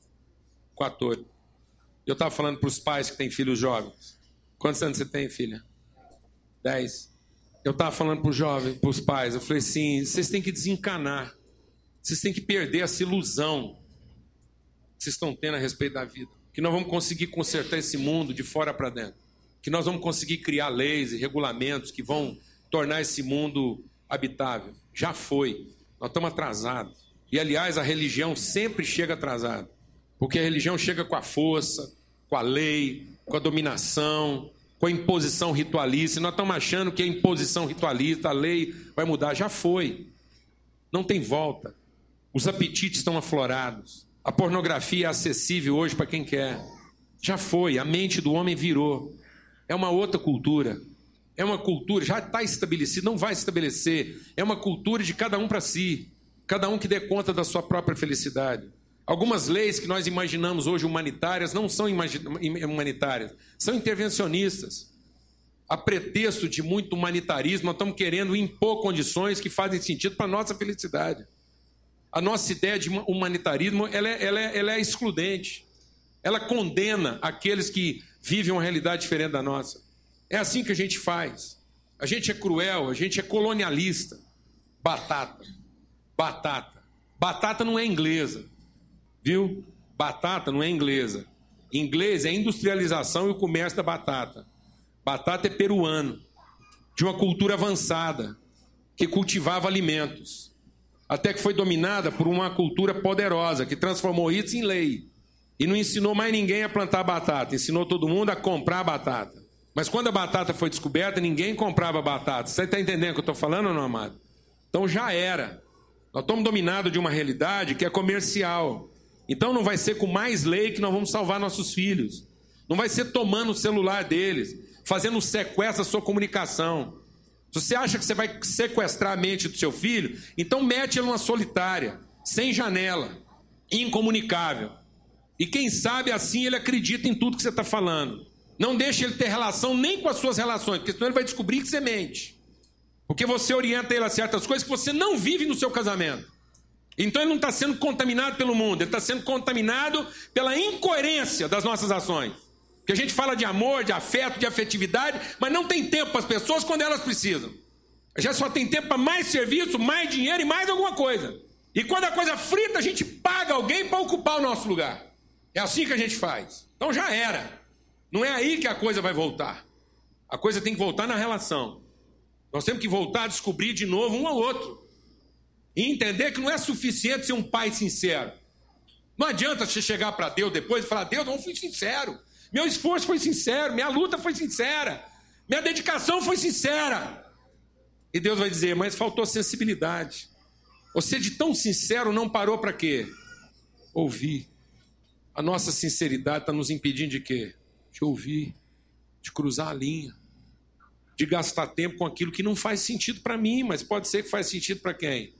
14. Eu estava falando para os pais que têm filhos jovens. Quantos anos você tem, filha? 10. Eu estava falando para os jovens, para os pais, eu falei assim: vocês têm que desencanar, vocês têm que perder essa ilusão que vocês estão tendo a respeito da vida, que nós vamos conseguir consertar esse mundo de fora para dentro, que nós vamos conseguir criar leis e regulamentos que vão tornar esse mundo habitável. Já foi. Nós estamos atrasados. E, aliás, a religião sempre chega atrasada. Porque a religião chega com a força, com a lei, com a dominação, com a imposição ritualista. E nós estamos achando que a imposição ritualista, a lei, vai mudar. Já foi. Não tem volta. Os apetites estão aflorados. A pornografia é acessível hoje para quem quer. Já foi. A mente do homem virou. É uma outra cultura. É uma cultura, já está estabelecida, não vai se estabelecer. É uma cultura de cada um para si. Cada um que dê conta da sua própria felicidade. Algumas leis que nós imaginamos hoje humanitárias não são humanitárias, são intervencionistas. A pretexto de muito humanitarismo, nós estamos querendo impor condições que fazem sentido para a nossa felicidade. A nossa ideia de humanitarismo ela é excludente. Ela condena aqueles que vivem uma realidade diferente da nossa. É assim que a gente faz. A gente é cruel, a gente é colonialista. Batata. Batata não é inglesa, viu? Batata não é inglesa. Inglês é industrialização e o comércio da batata. Batata é peruano, de uma cultura avançada, que cultivava alimentos. Até que foi dominada por uma cultura poderosa, que transformou isso em lei. E não ensinou mais ninguém a plantar batata, ensinou todo mundo a comprar batata. Mas quando a batata foi descoberta, ninguém comprava batata. Você está entendendo o que eu estou falando ou não, amado? Então já era. Nós estamos dominados de uma realidade que é comercial. Então não vai ser com mais lei que nós vamos salvar nossos filhos. Não vai ser tomando o celular deles, fazendo um sequestro da sua comunicação. Se você acha que você vai sequestrar a mente do seu filho, então mete ele numa solitária, sem janela, incomunicável. E quem sabe assim ele acredita em tudo que você está falando. Não deixe ele ter relação nem com as suas relações, porque senão ele vai descobrir que você mente. Porque você orienta ele a certas coisas que você não vive no seu casamento. Então ele não está sendo contaminado pelo mundo, ele está sendo contaminado pela incoerência das nossas ações. Porque a gente fala de amor, de afeto, de afetividade, mas não tem tempo para as pessoas quando elas precisam. A gente só tem tempo para mais serviço, mais dinheiro e mais alguma coisa. E quando a coisa frita, a gente paga alguém para ocupar o nosso lugar. É assim que a gente faz. Então já era. Não é aí que a coisa vai voltar. A coisa tem que voltar na relação. Nós temos que voltar a descobrir de novo um ao outro. E entender que não é suficiente ser um pai sincero. Não adianta você chegar para Deus depois e falar: Deus, eu fui sincero. Meu esforço foi sincero, minha luta foi sincera, minha dedicação foi sincera. E Deus vai dizer: mas faltou sensibilidade. Você de tão sincero não parou para quê? Ouvir. A nossa sinceridade está nos impedindo de quê? De ouvir, de cruzar a linha, de gastar tempo com aquilo que não faz sentido para mim, mas pode ser que faz sentido para quem?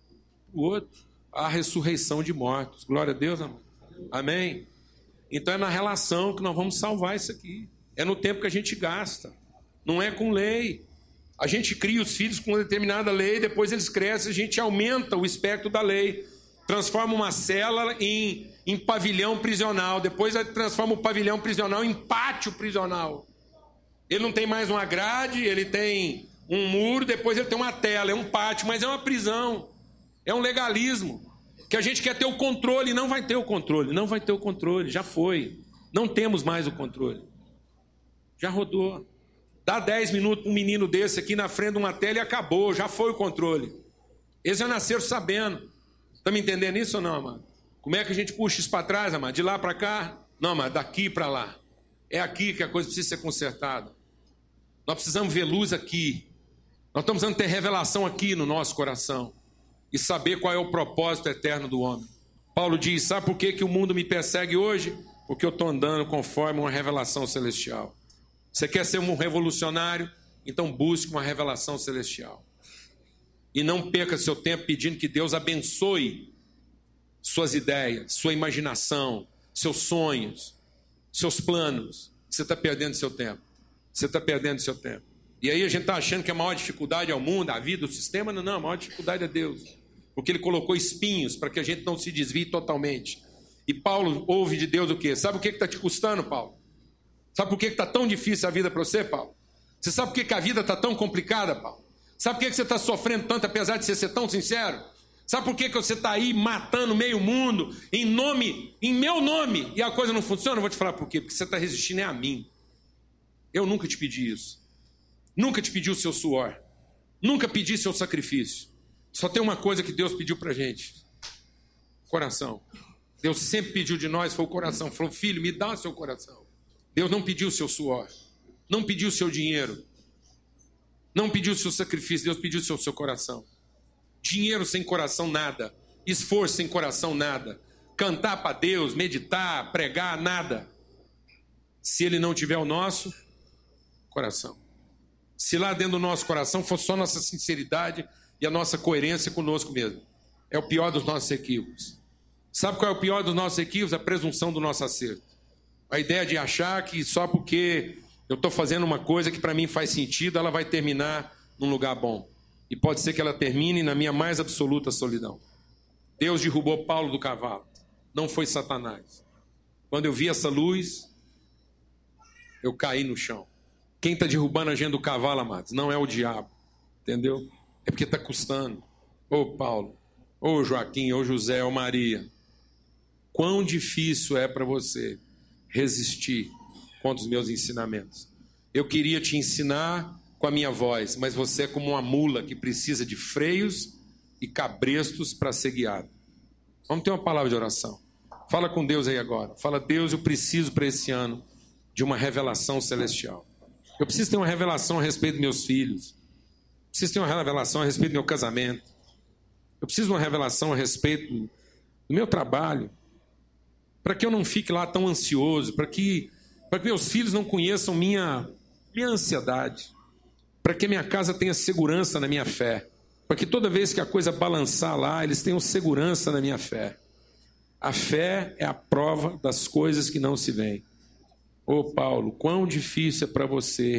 O outro. A ressurreição de mortos. Glória a Deus, amor. Amém? Então é na relação que nós vamos salvar isso aqui. É no tempo que a gente gasta. Não é com lei. A gente cria os filhos com uma determinada lei, depois eles crescem, a gente aumenta o espectro da lei. Transforma uma cela em pavilhão prisional. Depois transforma o pavilhão prisional em pátio prisional. Ele não tem mais uma grade, ele tem um muro, depois ele tem uma tela, é um pátio, mas é uma prisão. É um legalismo. Que a gente quer ter o controle, não vai ter o controle. Não vai ter o controle, já foi. Não temos mais o controle. Já rodou. Dá 10 minutos para um menino desse aqui na frente de uma tela e acabou, já foi o controle. Eles já nasceram sabendo. Está me entendendo isso ou não, amado? Como é que a gente puxa isso para trás, amado? De lá para cá? Não, amado, daqui para lá. É aqui que a coisa precisa ser consertada. Nós precisamos ver luz aqui. Nós estamos precisando ter revelação aqui no nosso coração. E saber qual é o propósito eterno do homem. Paulo diz: sabe por que o mundo me persegue hoje? Porque eu estou andando conforme uma revelação celestial. Você quer ser um revolucionário? Então busque uma revelação celestial. E não perca seu tempo pedindo que Deus abençoe suas ideias, sua imaginação, seus sonhos, seus planos. Você está perdendo seu tempo. Você está perdendo seu tempo. E aí a gente está achando que a maior dificuldade é o mundo, a vida, o sistema. Não, a maior dificuldade é Deus. Porque Ele colocou espinhos para que a gente não se desvie totalmente. E Paulo ouve de Deus o quê? Sabe o que está te custando, Paulo? Sabe por que está tão difícil a vida para você, Paulo? Você sabe por que a vida está tão complicada, Paulo? Sabe por que você está sofrendo tanto, apesar de você ser tão sincero? Sabe por que você está aí matando meio mundo em meu nome, e a coisa não funciona? Eu vou te falar por quê. Porque você está resistindo a mim. Eu nunca te pedi isso. Nunca te pedi o seu suor. Nunca pedi seu sacrifício. Só tem uma coisa que Deus pediu para a gente: coração. Deus sempre pediu de nós, foi o coração. Falou: filho, me dá o seu coração. Deus não pediu o seu suor. Não pediu o seu dinheiro. Não pediu o seu sacrifício. Deus pediu o seu coração. Dinheiro sem coração, nada. Esforço sem coração, nada. Cantar para Deus, meditar, pregar, nada. Se Ele não tiver o nosso coração. Se lá dentro do nosso coração for só nossa sinceridade e a nossa coerência conosco mesmo. É o pior dos nossos equívocos. Sabe qual é o pior dos nossos equívocos? A presunção do nosso acerto. A ideia de achar que só porque eu estou fazendo uma coisa que para mim faz sentido, ela vai terminar num lugar bom. E pode ser que ela termine na minha mais absoluta solidão. Deus derrubou Paulo do cavalo. Não foi Satanás. Quando eu vi essa luz, eu caí no chão. Quem está derrubando a gente do cavalo, amados, não é o diabo. Entendeu? É porque está custando. Ô Paulo, ô Joaquim, ô José, ô Maria. Quão difícil é para você resistir contra os meus ensinamentos. Eu queria te ensinar com a minha voz, mas você é como uma mula que precisa de freios e cabrestos para ser guiado. Vamos ter uma palavra de oração. Fala com Deus aí agora. Fala, Deus, eu preciso para esse ano de uma revelação celestial. Eu preciso ter uma revelação a respeito dos meus filhos. Eu preciso ter uma revelação a respeito do meu casamento. Eu preciso de uma revelação a respeito do meu trabalho. Para que eu não fique lá tão ansioso. Para que meus filhos não conheçam minha ansiedade. Para que minha casa tenha segurança na minha fé. Para que toda vez que a coisa balançar lá, eles tenham segurança na minha fé. A fé é a prova das coisas que não se veem. Ô Paulo, quão difícil é para você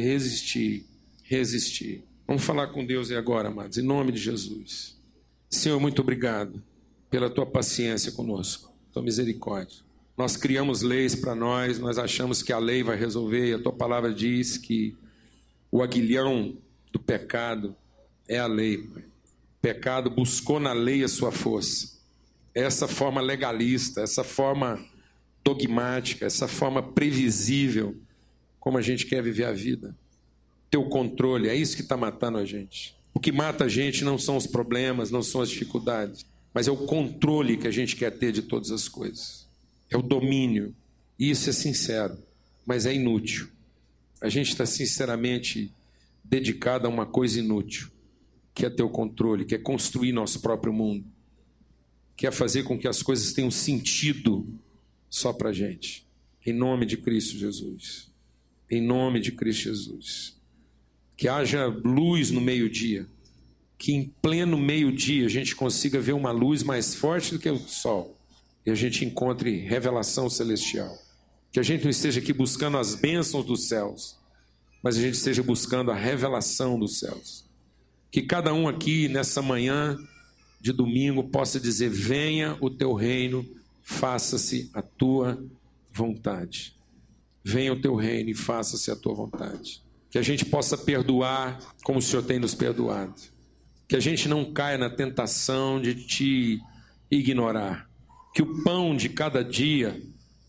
resistir. Vamos falar com Deus aí agora, amados, em nome de Jesus. Senhor, muito obrigado pela tua paciência conosco, tua misericórdia. Nós criamos leis para nós achamos que a lei vai resolver, e a tua palavra diz que o aguilhão do pecado é a lei, Pai. O pecado buscou na lei a sua força. Essa forma legalista, essa forma dogmática, essa forma previsível, como a gente quer viver a vida. Teu controle, é isso que está matando a gente. O que mata a gente não são os problemas, não são as dificuldades, mas é o controle que a gente quer ter de todas as coisas. É o domínio. E isso é sincero, mas é inútil. A gente está sinceramente dedicado a uma coisa inútil, que é ter o controle, que é construir nosso próprio mundo, que é fazer com que as coisas tenham sentido só para a gente. Em nome de Cristo Jesus. Em nome de Cristo Jesus. Que haja luz no meio-dia. Que em pleno meio-dia a gente consiga ver uma luz mais forte do que o sol. E a gente encontre revelação celestial. Que a gente não esteja aqui buscando as bênçãos dos céus, mas a gente esteja buscando a revelação dos céus. Que cada um aqui nessa manhã de domingo possa dizer: venha o teu reino, faça-se a tua vontade. Venha o teu reino e faça-se a tua vontade. Que a gente possa perdoar como o Senhor tem nos perdoado. Que a gente não caia na tentação de te ignorar. Que o pão de cada dia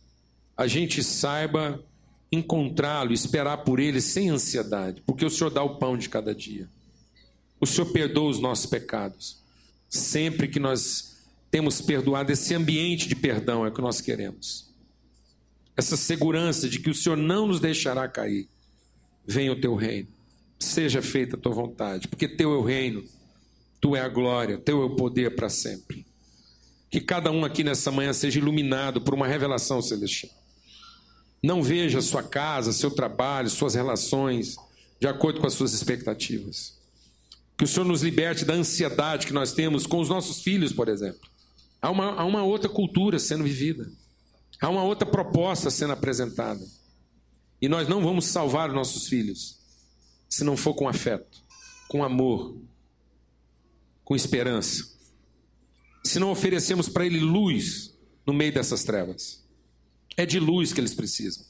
a gente saiba encontrá-lo, esperar por ele sem ansiedade, porque o Senhor dá o pão de cada dia. O Senhor perdoa os nossos pecados. Sempre que nós temos perdoado, esse ambiente de perdão é o que nós queremos. Essa segurança de que o Senhor não nos deixará cair. Venha o teu reino, seja feita a tua vontade, porque teu é o reino, tu é a glória, teu é o poder para sempre. Que cada um aqui nessa manhã seja iluminado por uma revelação celestial. Não veja a sua casa, seu trabalho, suas relações de acordo com as suas expectativas. Que o Senhor nos liberte da ansiedade que nós temos com os nossos filhos, por exemplo. Há uma outra cultura sendo vivida. Há uma outra proposta sendo apresentada. E nós não vamos salvar os nossos filhos se não for com afeto, com amor, com esperança. Se não oferecemos para ele luz no meio dessas trevas. É de luz que eles precisam.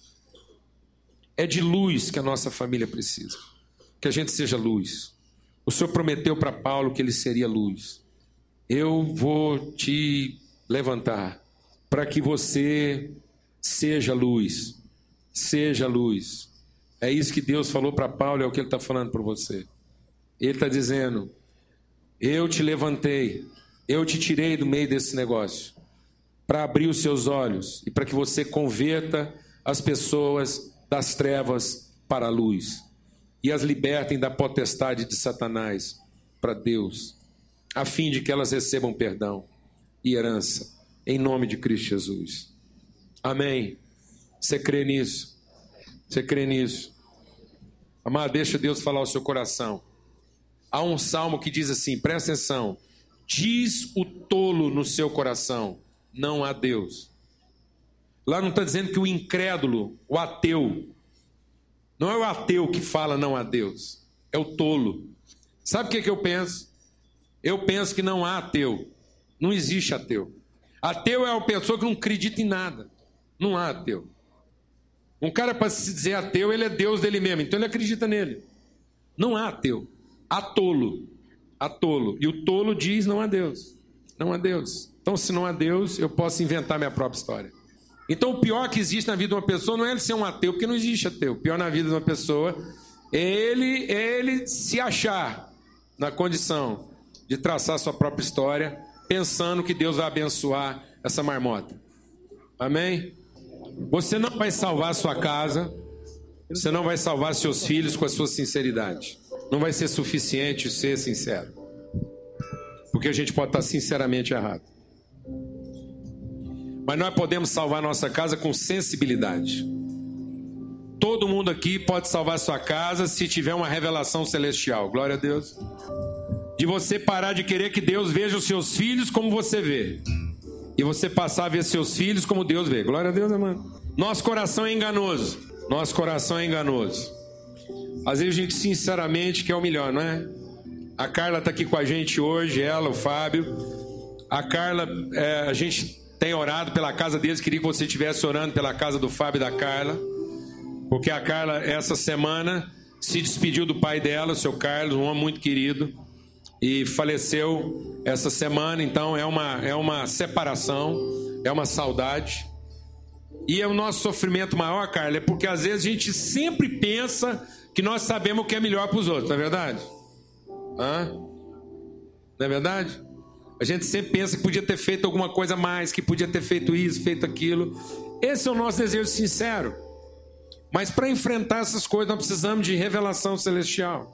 É de luz que a nossa família precisa. Que a gente seja luz. O Senhor prometeu para Paulo que ele seria luz. Eu vou te levantar para que você seja luz. Seja luz. É isso que Deus falou para Paulo, é o que ele está falando para você. Ele está dizendo: eu te levantei, eu te tirei do meio desse negócio para abrir os seus olhos e para que você converta as pessoas das trevas para a luz e as libertem da potestade de Satanás para Deus, a fim de que elas recebam perdão e herança, em nome de Cristo Jesus. Amém. Você crê nisso? Você crê nisso? Amado, deixa Deus falar ao seu coração. Há um salmo que diz assim, presta atenção: diz o tolo no seu coração, não há Deus. Lá não está dizendo que o incrédulo, o ateu, não é o ateu que fala não há Deus, é o tolo. Sabe o que eu penso? Eu penso que não há ateu, Não existe ateu. Ateu é uma pessoa que não acredita em nada. Não há ateu. Um cara, para se dizer ateu, ele é Deus dele mesmo, então ele acredita nele. Não há ateu. Há tolo. Há tolo. E o tolo diz não há Deus. Não há Deus. Então, se não há Deus, eu posso inventar minha própria história. Então, o pior que existe na vida de uma pessoa não é ele ser um ateu, porque não existe ateu. O pior na vida de uma pessoa é ele se achar na condição de traçar sua própria história, pensando que Deus vai abençoar essa marmota. Amém? Você não vai salvar a sua casa, você não vai salvar seus filhos com a sua sinceridade. Não vai ser suficiente ser sincero. Porque a gente pode estar sinceramente errado. Mas nós podemos salvar nossa casa com sensibilidade. Todo mundo aqui pode salvar sua casa se tiver uma revelação celestial. Glória a Deus. De você parar de querer que Deus veja os seus filhos como você vê. E você passar a ver seus filhos como Deus vê. Glória a Deus, amado. Nosso coração é enganoso. Nosso coração é enganoso. Às vezes a gente sinceramente quer o melhor, não é? A Carla está aqui com a gente hoje, ela, o Fábio. A Carla, a gente tem orado pela casa deles. Queria que você estivesse orando pela casa do Fábio e da Carla. Porque a Carla, essa semana, se despediu do pai dela, o seu Carlos, um homem muito querido. E faleceu essa semana, então é uma separação, é uma saudade. E é o nosso sofrimento maior, Carla, é porque às vezes a gente sempre pensa que nós sabemos o que é melhor para os outros, não é verdade? Não é verdade? A gente sempre pensa que podia ter feito alguma coisa a mais, que podia ter feito isso, feito aquilo. Esse é o nosso desejo sincero. Mas para enfrentar essas coisas nós precisamos de revelação celestial.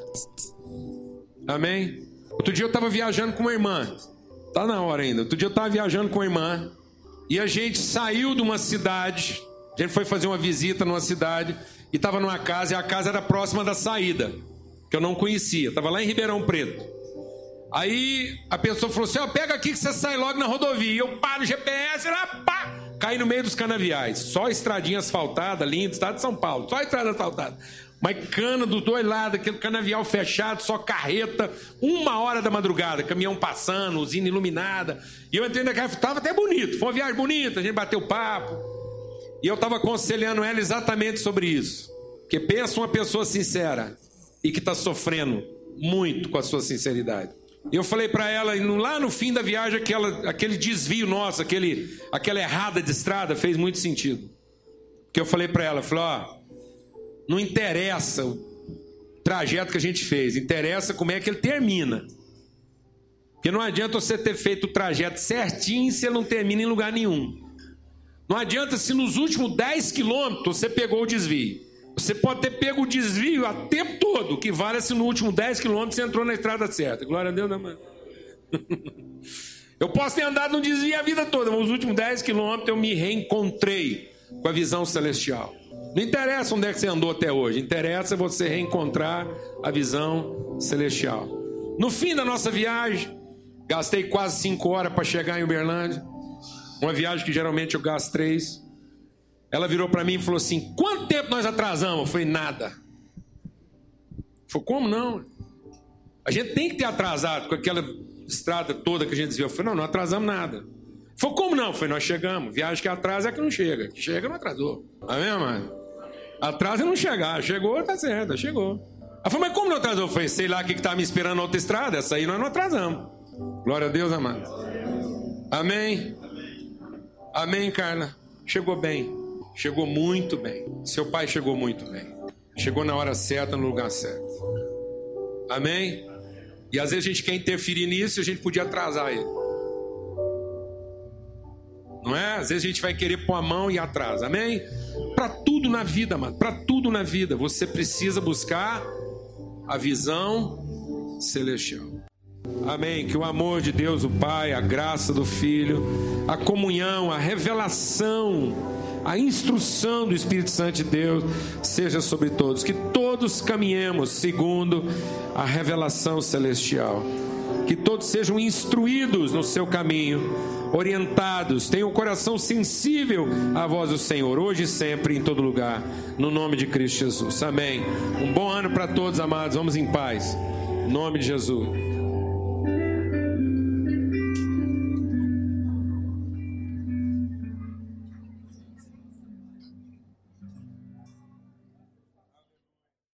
Amém? Outro dia eu estava viajando com uma irmã. Está na hora ainda. Outro dia eu estava viajando com uma irmã. E a gente saiu de uma cidade. A gente foi fazer uma visita numa cidade. E estava numa casa. E a casa era próxima da saída. Que eu não conhecia. Estava lá em Ribeirão Preto. Aí a pessoa falou assim: pega aqui que você sai logo na rodovia. E eu paro o GPS. Caí no meio dos canaviais. Só estradinha asfaltada, linda. Estado de São Paulo. Só estrada asfaltada. Mas cana dos dois lados, aquele canavial fechado, só carreta, 1h da madrugada, caminhão passando, usina iluminada. E eu entrei naquela, estava até bonito, foi uma viagem bonita, a gente bateu papo. E eu estava aconselhando ela exatamente sobre isso. Porque pensa uma pessoa sincera e que está sofrendo muito com a sua sinceridade. E eu falei para ela, lá no fim da viagem, aquele desvio nosso, aquela errada de estrada fez muito sentido. Porque eu falei para ela, não interessa o trajeto que a gente fez, interessa como é que ele termina. Porque não adianta você ter feito o trajeto certinho se ele não termina em lugar nenhum. Não adianta se nos últimos 10 quilômetros você pegou o desvio. Você pode ter pego o desvio a tempo todo, o que vale se no último 10 quilômetros você entrou na estrada certa. Glória a Deus, né, mano? Eu posso ter andado no desvio a vida toda, mas nos últimos 10 quilômetros eu me reencontrei com a visão celestial. Não interessa onde é que você andou até hoje, interessa você reencontrar a visão celestial. No fim da nossa viagem, gastei quase 5 horas para chegar em Uberlândia. Uma viagem que geralmente eu gasto 3. Ela virou para mim e falou assim: quanto tempo nós atrasamos? Eu falei: nada. Falei: como não? A gente tem que ter atrasado com aquela estrada toda que a gente desviou. Eu falei: não atrasamos nada. Falei: como não? Eu falei: nós chegamos. Viagem que atrasa é que não chega. Que chega não atrasou. Amém, mano? Atrasa é não chegar. Chegou, tá certo, chegou. Ela falou: mas como não atrasou? Eu falei: sei lá o que estava me esperando na outra estrada. Essa aí nós não atrasamos. Glória a Deus, amado. Amém. Amém, Carla. Chegou bem. Chegou muito bem. Seu pai chegou muito bem. Chegou na hora certa, no lugar certo. Amém? E às vezes a gente quer interferir nisso e a gente podia atrasar ele. Não é? Às vezes a gente vai querer pôr a mão e atrasa. Amém? Para tudo na vida, amado. Para tudo na vida. Você precisa buscar a visão celestial. Amém? Que o amor de Deus, o Pai, a graça do Filho, a comunhão, a revelação, a instrução do Espírito Santo de Deus seja sobre todos. Que todos caminhemos segundo a revelação celestial. Que todos sejam instruídos no seu caminho, orientados, tenham o coração sensível à voz do Senhor, hoje e sempre, em todo lugar, no nome de Cristo Jesus. Amém. Um bom ano para todos, amados. Vamos em paz. Em nome de Jesus.